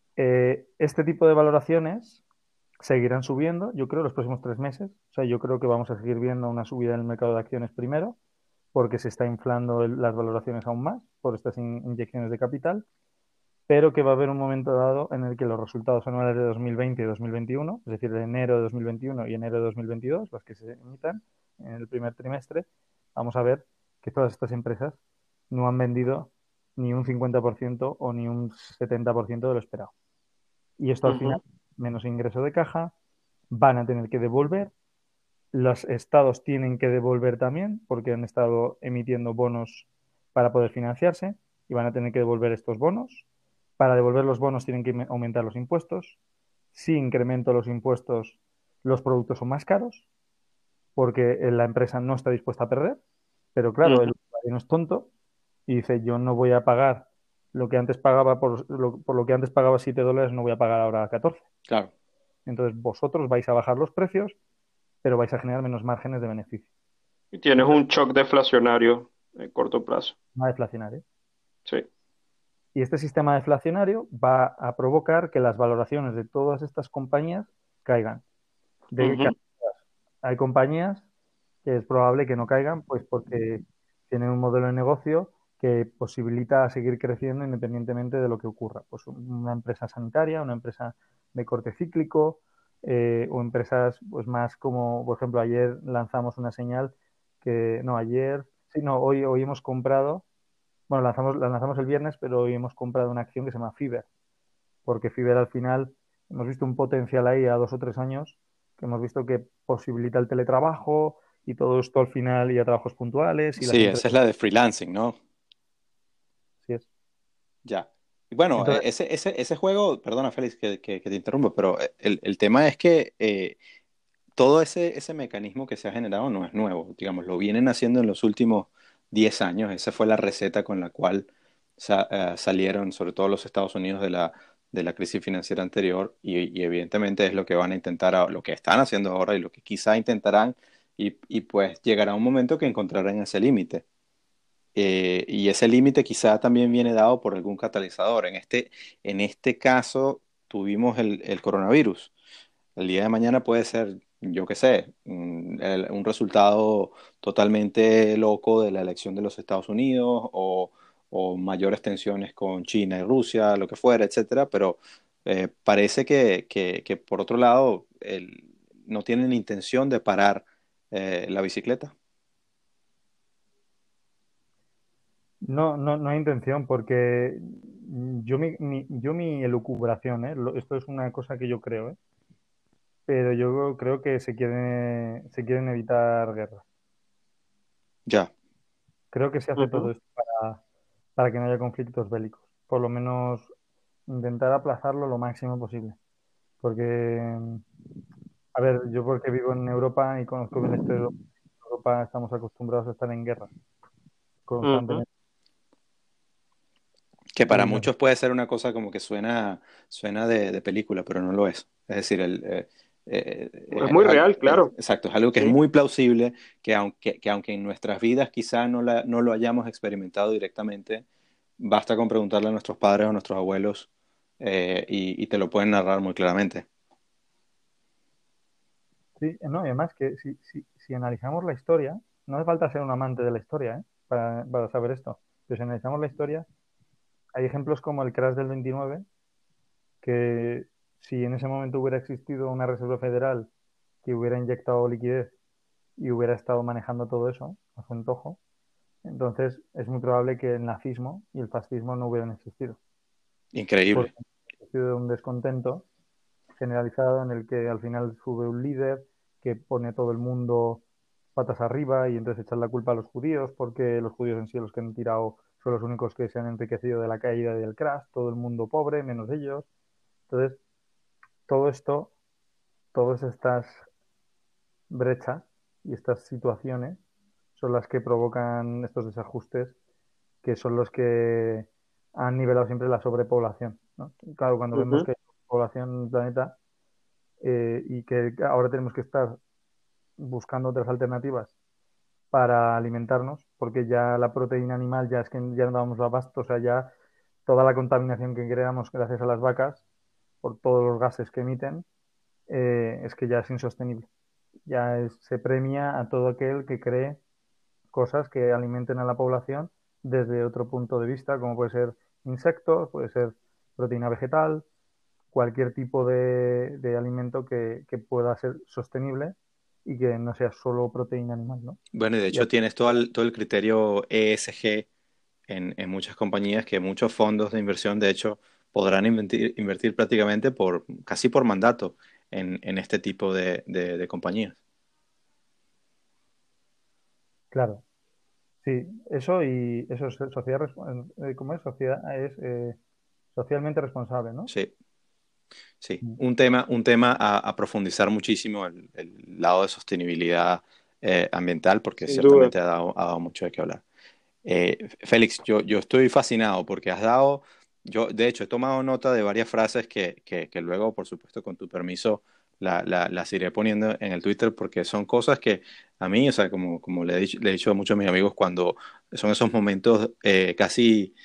este tipo de valoraciones seguirán subiendo, yo creo, los próximos 3 meses. O sea, yo creo que vamos a seguir viendo una subida en el mercado de acciones primero, porque se está inflando las valoraciones aún más por estas inyecciones de capital, pero que va a haber un momento dado en el que los resultados anuales de 2020 y 2021, es decir, de enero de 2021 y enero de 2022, los que se emitan en el primer trimestre, vamos a ver que todas estas empresas no han vendido ni un 50% o ni un 70% de lo esperado. Y esto al final, Ujú. menos ingreso de caja, van a tener que devolver. Los estados tienen que devolver también porque han estado emitiendo bonos para poder financiarse y van a tener que devolver estos bonos. Para devolver los bonos tienen que aumentar los impuestos. Si incremento los impuestos, los productos son más caros porque la empresa no está dispuesta a perder. Pero claro, el Ujú. usuario no es tonto y dice, yo no voy a pagar lo que antes pagaba por lo que antes pagaba $7, no voy a pagar ahora 14. Claro. Entonces vosotros vais a bajar los precios, pero vais a generar menos márgenes de beneficio. Y tienes Entonces, un shock deflacionario en corto plazo. sistema deflacionario. Sí. Y este sistema deflacionario va a provocar que las valoraciones de todas estas compañías caigan. Ujú. Hay compañías que es probable que no caigan, pues porque tienen un modelo de negocio que posibilita seguir creciendo independientemente de lo que ocurra. Pues una empresa sanitaria, una empresa de corte cíclico, o empresas pues más como, por ejemplo, ayer lanzamos una señal que, no, ayer, sí, no, hoy hemos comprado. Bueno, la lanzamos el viernes, pero hoy hemos comprado una acción que se llama Fiverr, porque Fiverr al final hemos visto un potencial ahí a 2 o 3 años, que hemos visto que posibilita el teletrabajo y todo esto al final y a trabajos puntuales y las Sí, esa es empresas. la de freelancing, ¿no? Así es. Ya. Y bueno, Entonces, ese juego, perdona Félix que te interrumpa, pero el tema es que todo ese mecanismo que se ha generado no es nuevo, digamos, lo vienen haciendo en los últimos 10 años, esa fue la receta con la cual salieron, sobre todo los Estados Unidos, de la crisis financiera anterior y evidentemente es lo que van a intentar, lo que están haciendo ahora y lo que quizá intentarán y pues llegará un momento que encontrarán ese límite. Y ese límite quizá también viene dado por algún catalizador. En este caso tuvimos el coronavirus. El día de mañana puede ser, yo qué sé, un resultado totalmente loco de la elección de los Estados Unidos o mayores tensiones con China y Rusia, lo que fuera, etcétera. Pero parece que por otro lado no tienen intención de parar la bicicleta. no, no, no hay intención, porque yo mi elucubración, esto es una cosa que yo creo, pero yo creo que se quieren evitar guerras. Ya. Creo que se hace todo Ujú. esto para que no haya conflictos bélicos. por lo menos intentar aplazarlo lo máximo posible. Porque, a ver, yo porque vivo en Europa y conozco bien la historia de Europa, en Europa estamos acostumbrados a estar en guerra Ujú. constantemente. Que para Y no sé, muchos puede ser una cosa como que suena de película, pero no lo es. Es decir, Es muy real, claro. exacto, es algo que es Sí. muy plausible, que aunque en nuestras vidas quizá no lo hayamos experimentado directamente, basta con preguntarle a nuestros padres o a nuestros abuelos y te lo pueden narrar muy claramente. sí, no, y además que si analizamos la historia, no hace falta ser un amante de la historia, ¿eh? Para saber esto. Pero si analizamos la historia, hay ejemplos como el crash del 29, que si en ese momento hubiera existido una Reserva Federal que hubiera inyectado liquidez y hubiera estado manejando todo eso a su antojo, entonces es muy probable que el nazismo y el fascismo no hubieran existido. Porque Increíble. ha existido un descontento generalizado en el que al final sube un líder que pone a todo el mundo patas arriba y entonces echan la culpa a los judíos porque los judíos en sí los que han tirado son los únicos que se han enriquecido de la caída y del crash, todo el mundo pobre menos ellos. Entonces, todo esto, todas estas brechas y estas situaciones son las que provocan estos desajustes que son los que han nivelado siempre la sobrepoblación, ¿no? Claro, cuando vemos Ujú. que hay población en el planeta y que ahora tenemos que estar buscando otras alternativas para alimentarnos, porque ya la proteína animal ya es que ya no damos abasto, o sea, ya toda la contaminación que creamos gracias a las vacas, por todos los gases que emiten, es que ya es insostenible. Se premia a todo aquel que cree cosas que alimenten a la población desde otro punto de vista, como puede ser insectos, puede ser proteína vegetal, cualquier tipo de alimento que pueda ser sostenible y que no sea solo proteína animal, ¿no? Bueno, y de Y a- hecho tienes todo el criterio ESG en muchas compañías que muchos fondos de inversión, de hecho, podrán invertir prácticamente casi por mandato en este tipo de compañías. claro, sí, eso y eso es sociedad, ¿cómo es? Sociedad, es socialmente responsable, ¿no? Sí, sí. Mm. Un tema a profundizar muchísimo el lado de sostenibilidad ambiental, porque Sin duda. ciertamente ha dado mucho de qué hablar. Félix, yo estoy fascinado porque yo de hecho he tomado nota de varias frases que luego, por supuesto, con tu permiso, las iré poniendo en el Twitter porque son cosas que a mí, o sea, como le he dicho a muchos de mis amigos, cuando son esos momentos casi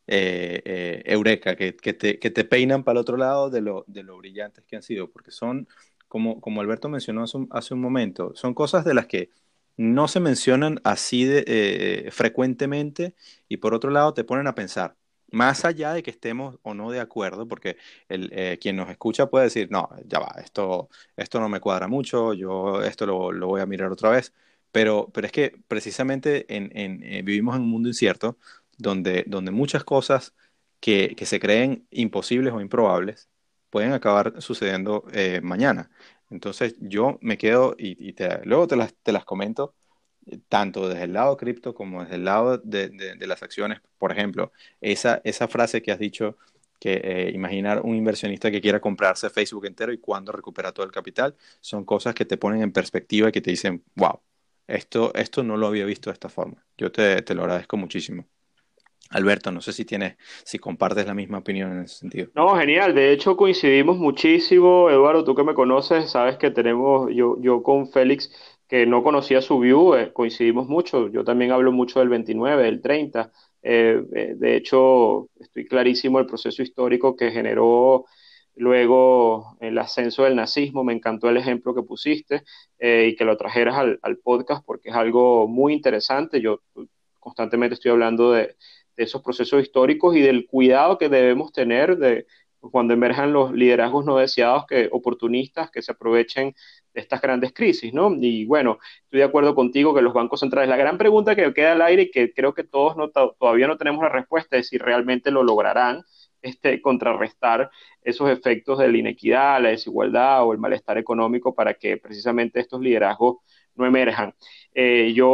eureka, que te peinan para el otro lado de lo brillantes que han sido, porque son, como Alberto mencionó hace un momento, son cosas de las que no se mencionan así frecuentemente y por otro lado te ponen a pensar, más allá de que estemos o no de acuerdo, porque quien nos escucha puede decir, no, ya va, esto no me cuadra mucho, yo esto lo voy a mirar otra vez, pero es que precisamente vivimos en un mundo incierto donde muchas cosas que se creen imposibles o improbables pueden acabar sucediendo mañana. Entonces yo me quedo luego te las comento, tanto desde el lado cripto como desde el lado de las acciones. Por ejemplo, esa frase que has dicho, que imaginar un inversionista que quiera comprarse Facebook entero y cuando recupera todo el capital, son cosas que te ponen en perspectiva y que te dicen, wow, esto no lo había visto de esta forma. Yo te lo agradezco muchísimo. Alberto, no sé si compartes la misma opinión en ese sentido. No, genial. De hecho, coincidimos muchísimo. Eduardo, tú que me conoces, sabes que yo con Félix, que no conocía su view, coincidimos mucho. Yo también hablo mucho del 29, del 30. De hecho, estoy clarísimo el proceso histórico que generó luego el ascenso del nazismo. Me encantó el ejemplo que pusiste y que lo trajeras al podcast porque es algo muy interesante. Yo constantemente estoy hablando de esos procesos históricos y del cuidado que debemos tener de cuando emerjan los liderazgos no deseados oportunistas que se aprovechen de estas grandes crisis, ¿no? Y bueno, estoy de acuerdo contigo que los bancos centrales, la gran pregunta que queda al aire y que creo que todos todavía no tenemos la respuesta es si realmente lo lograrán contrarrestar esos efectos de la inequidad, la desigualdad o el malestar económico para que precisamente estos liderazgos no emerjan. Yo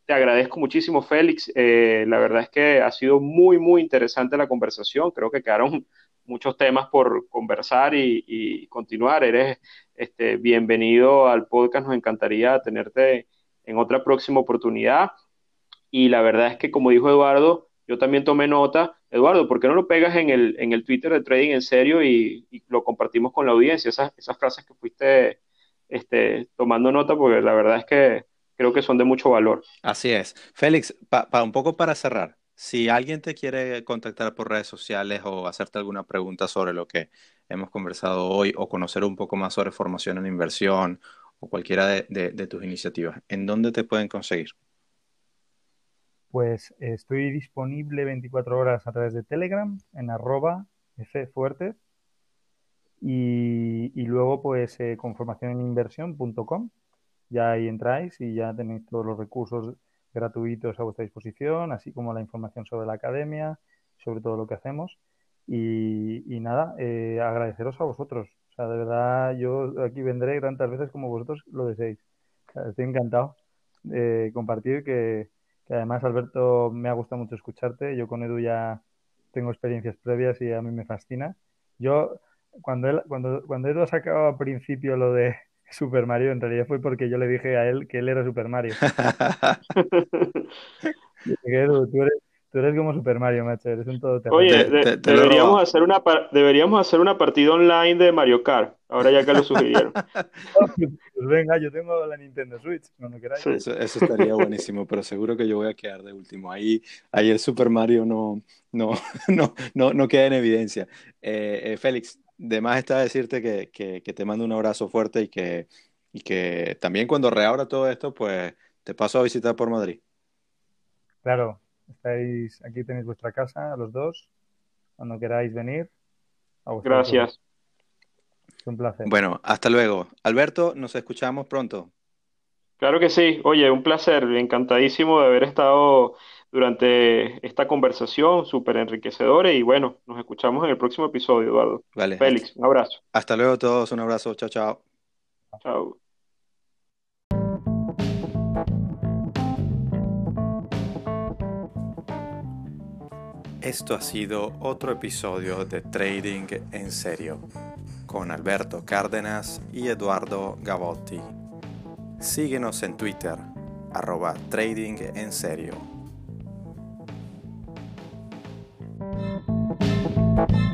te agradezco muchísimo, Félix. La verdad es que ha sido muy, muy interesante la conversación. Creo que quedaron muchos temas por conversar y continuar. Eres bienvenido al podcast. Nos encantaría tenerte en otra próxima oportunidad. Y la verdad es que, como dijo Eduardo, yo también tomé nota. Eduardo, ¿por qué no lo pegas en el Twitter de Trading en Serio y lo compartimos con la audiencia? Esas frases que fuiste tomando nota, porque la verdad es que creo que son de mucho valor. Así es. Félix, un poco para cerrar, si alguien te quiere contactar por redes sociales o hacerte alguna pregunta sobre lo que hemos conversado hoy o conocer un poco más sobre formación en inversión o cualquiera de tus iniciativas, ¿en dónde te pueden conseguir? Pues estoy disponible 24 horas a través de Telegram en @ffuertes y luego pues con formacioneninversión.com. Ya ahí entráis y ya tenéis todos los recursos gratuitos a vuestra disposición, así como la información sobre la academia, sobre todo lo que hacemos. Y nada, agradeceros a vosotros. O sea, de verdad, yo aquí vendré tantas veces como vosotros lo deseéis. O sea, estoy encantado de compartir que además, Alberto, me ha gustado mucho escucharte. Yo con Edu ya tengo experiencias previas y a mí me fascina. Yo, cuando Edu ha sacado al principio lo de Super Mario, en realidad fue porque yo le dije a él que él era Super Mario. Le dije, Edu, tú eres como Super Mario, macho, eres un todoterreno. Oye, Te lo he robado. deberíamos hacer una partida online de Mario Kart, ahora ya que lo sugirieron. Pues venga, yo tengo la Nintendo Switch, cuando queráis. Sí. Eso estaría buenísimo, pero seguro que yo voy a quedar de último. Ahí el Super Mario no, no queda en evidencia. Félix, de más está decirte que te mando un abrazo fuerte y que también cuando reabra todo esto, pues te paso a visitar por Madrid. Claro, aquí tenéis vuestra casa, los dos, cuando queráis venir, a vuestra disposición. Gracias. Es un placer. Bueno, hasta luego. Alberto, nos escuchamos pronto. Claro que sí. Oye, un placer, encantadísimo de haber estado durante esta conversación, súper enriquecedora y bueno, nos escuchamos en el próximo episodio, Eduardo. Vale, Félix, un abrazo. hasta luego todos. Un abrazo. Chao, chao. Chao. Esto ha sido otro episodio de Trading en Serio con Alberto Cárdenas y Eduardo Gavotti. Síguenos en Twitter, @Trading en Serio.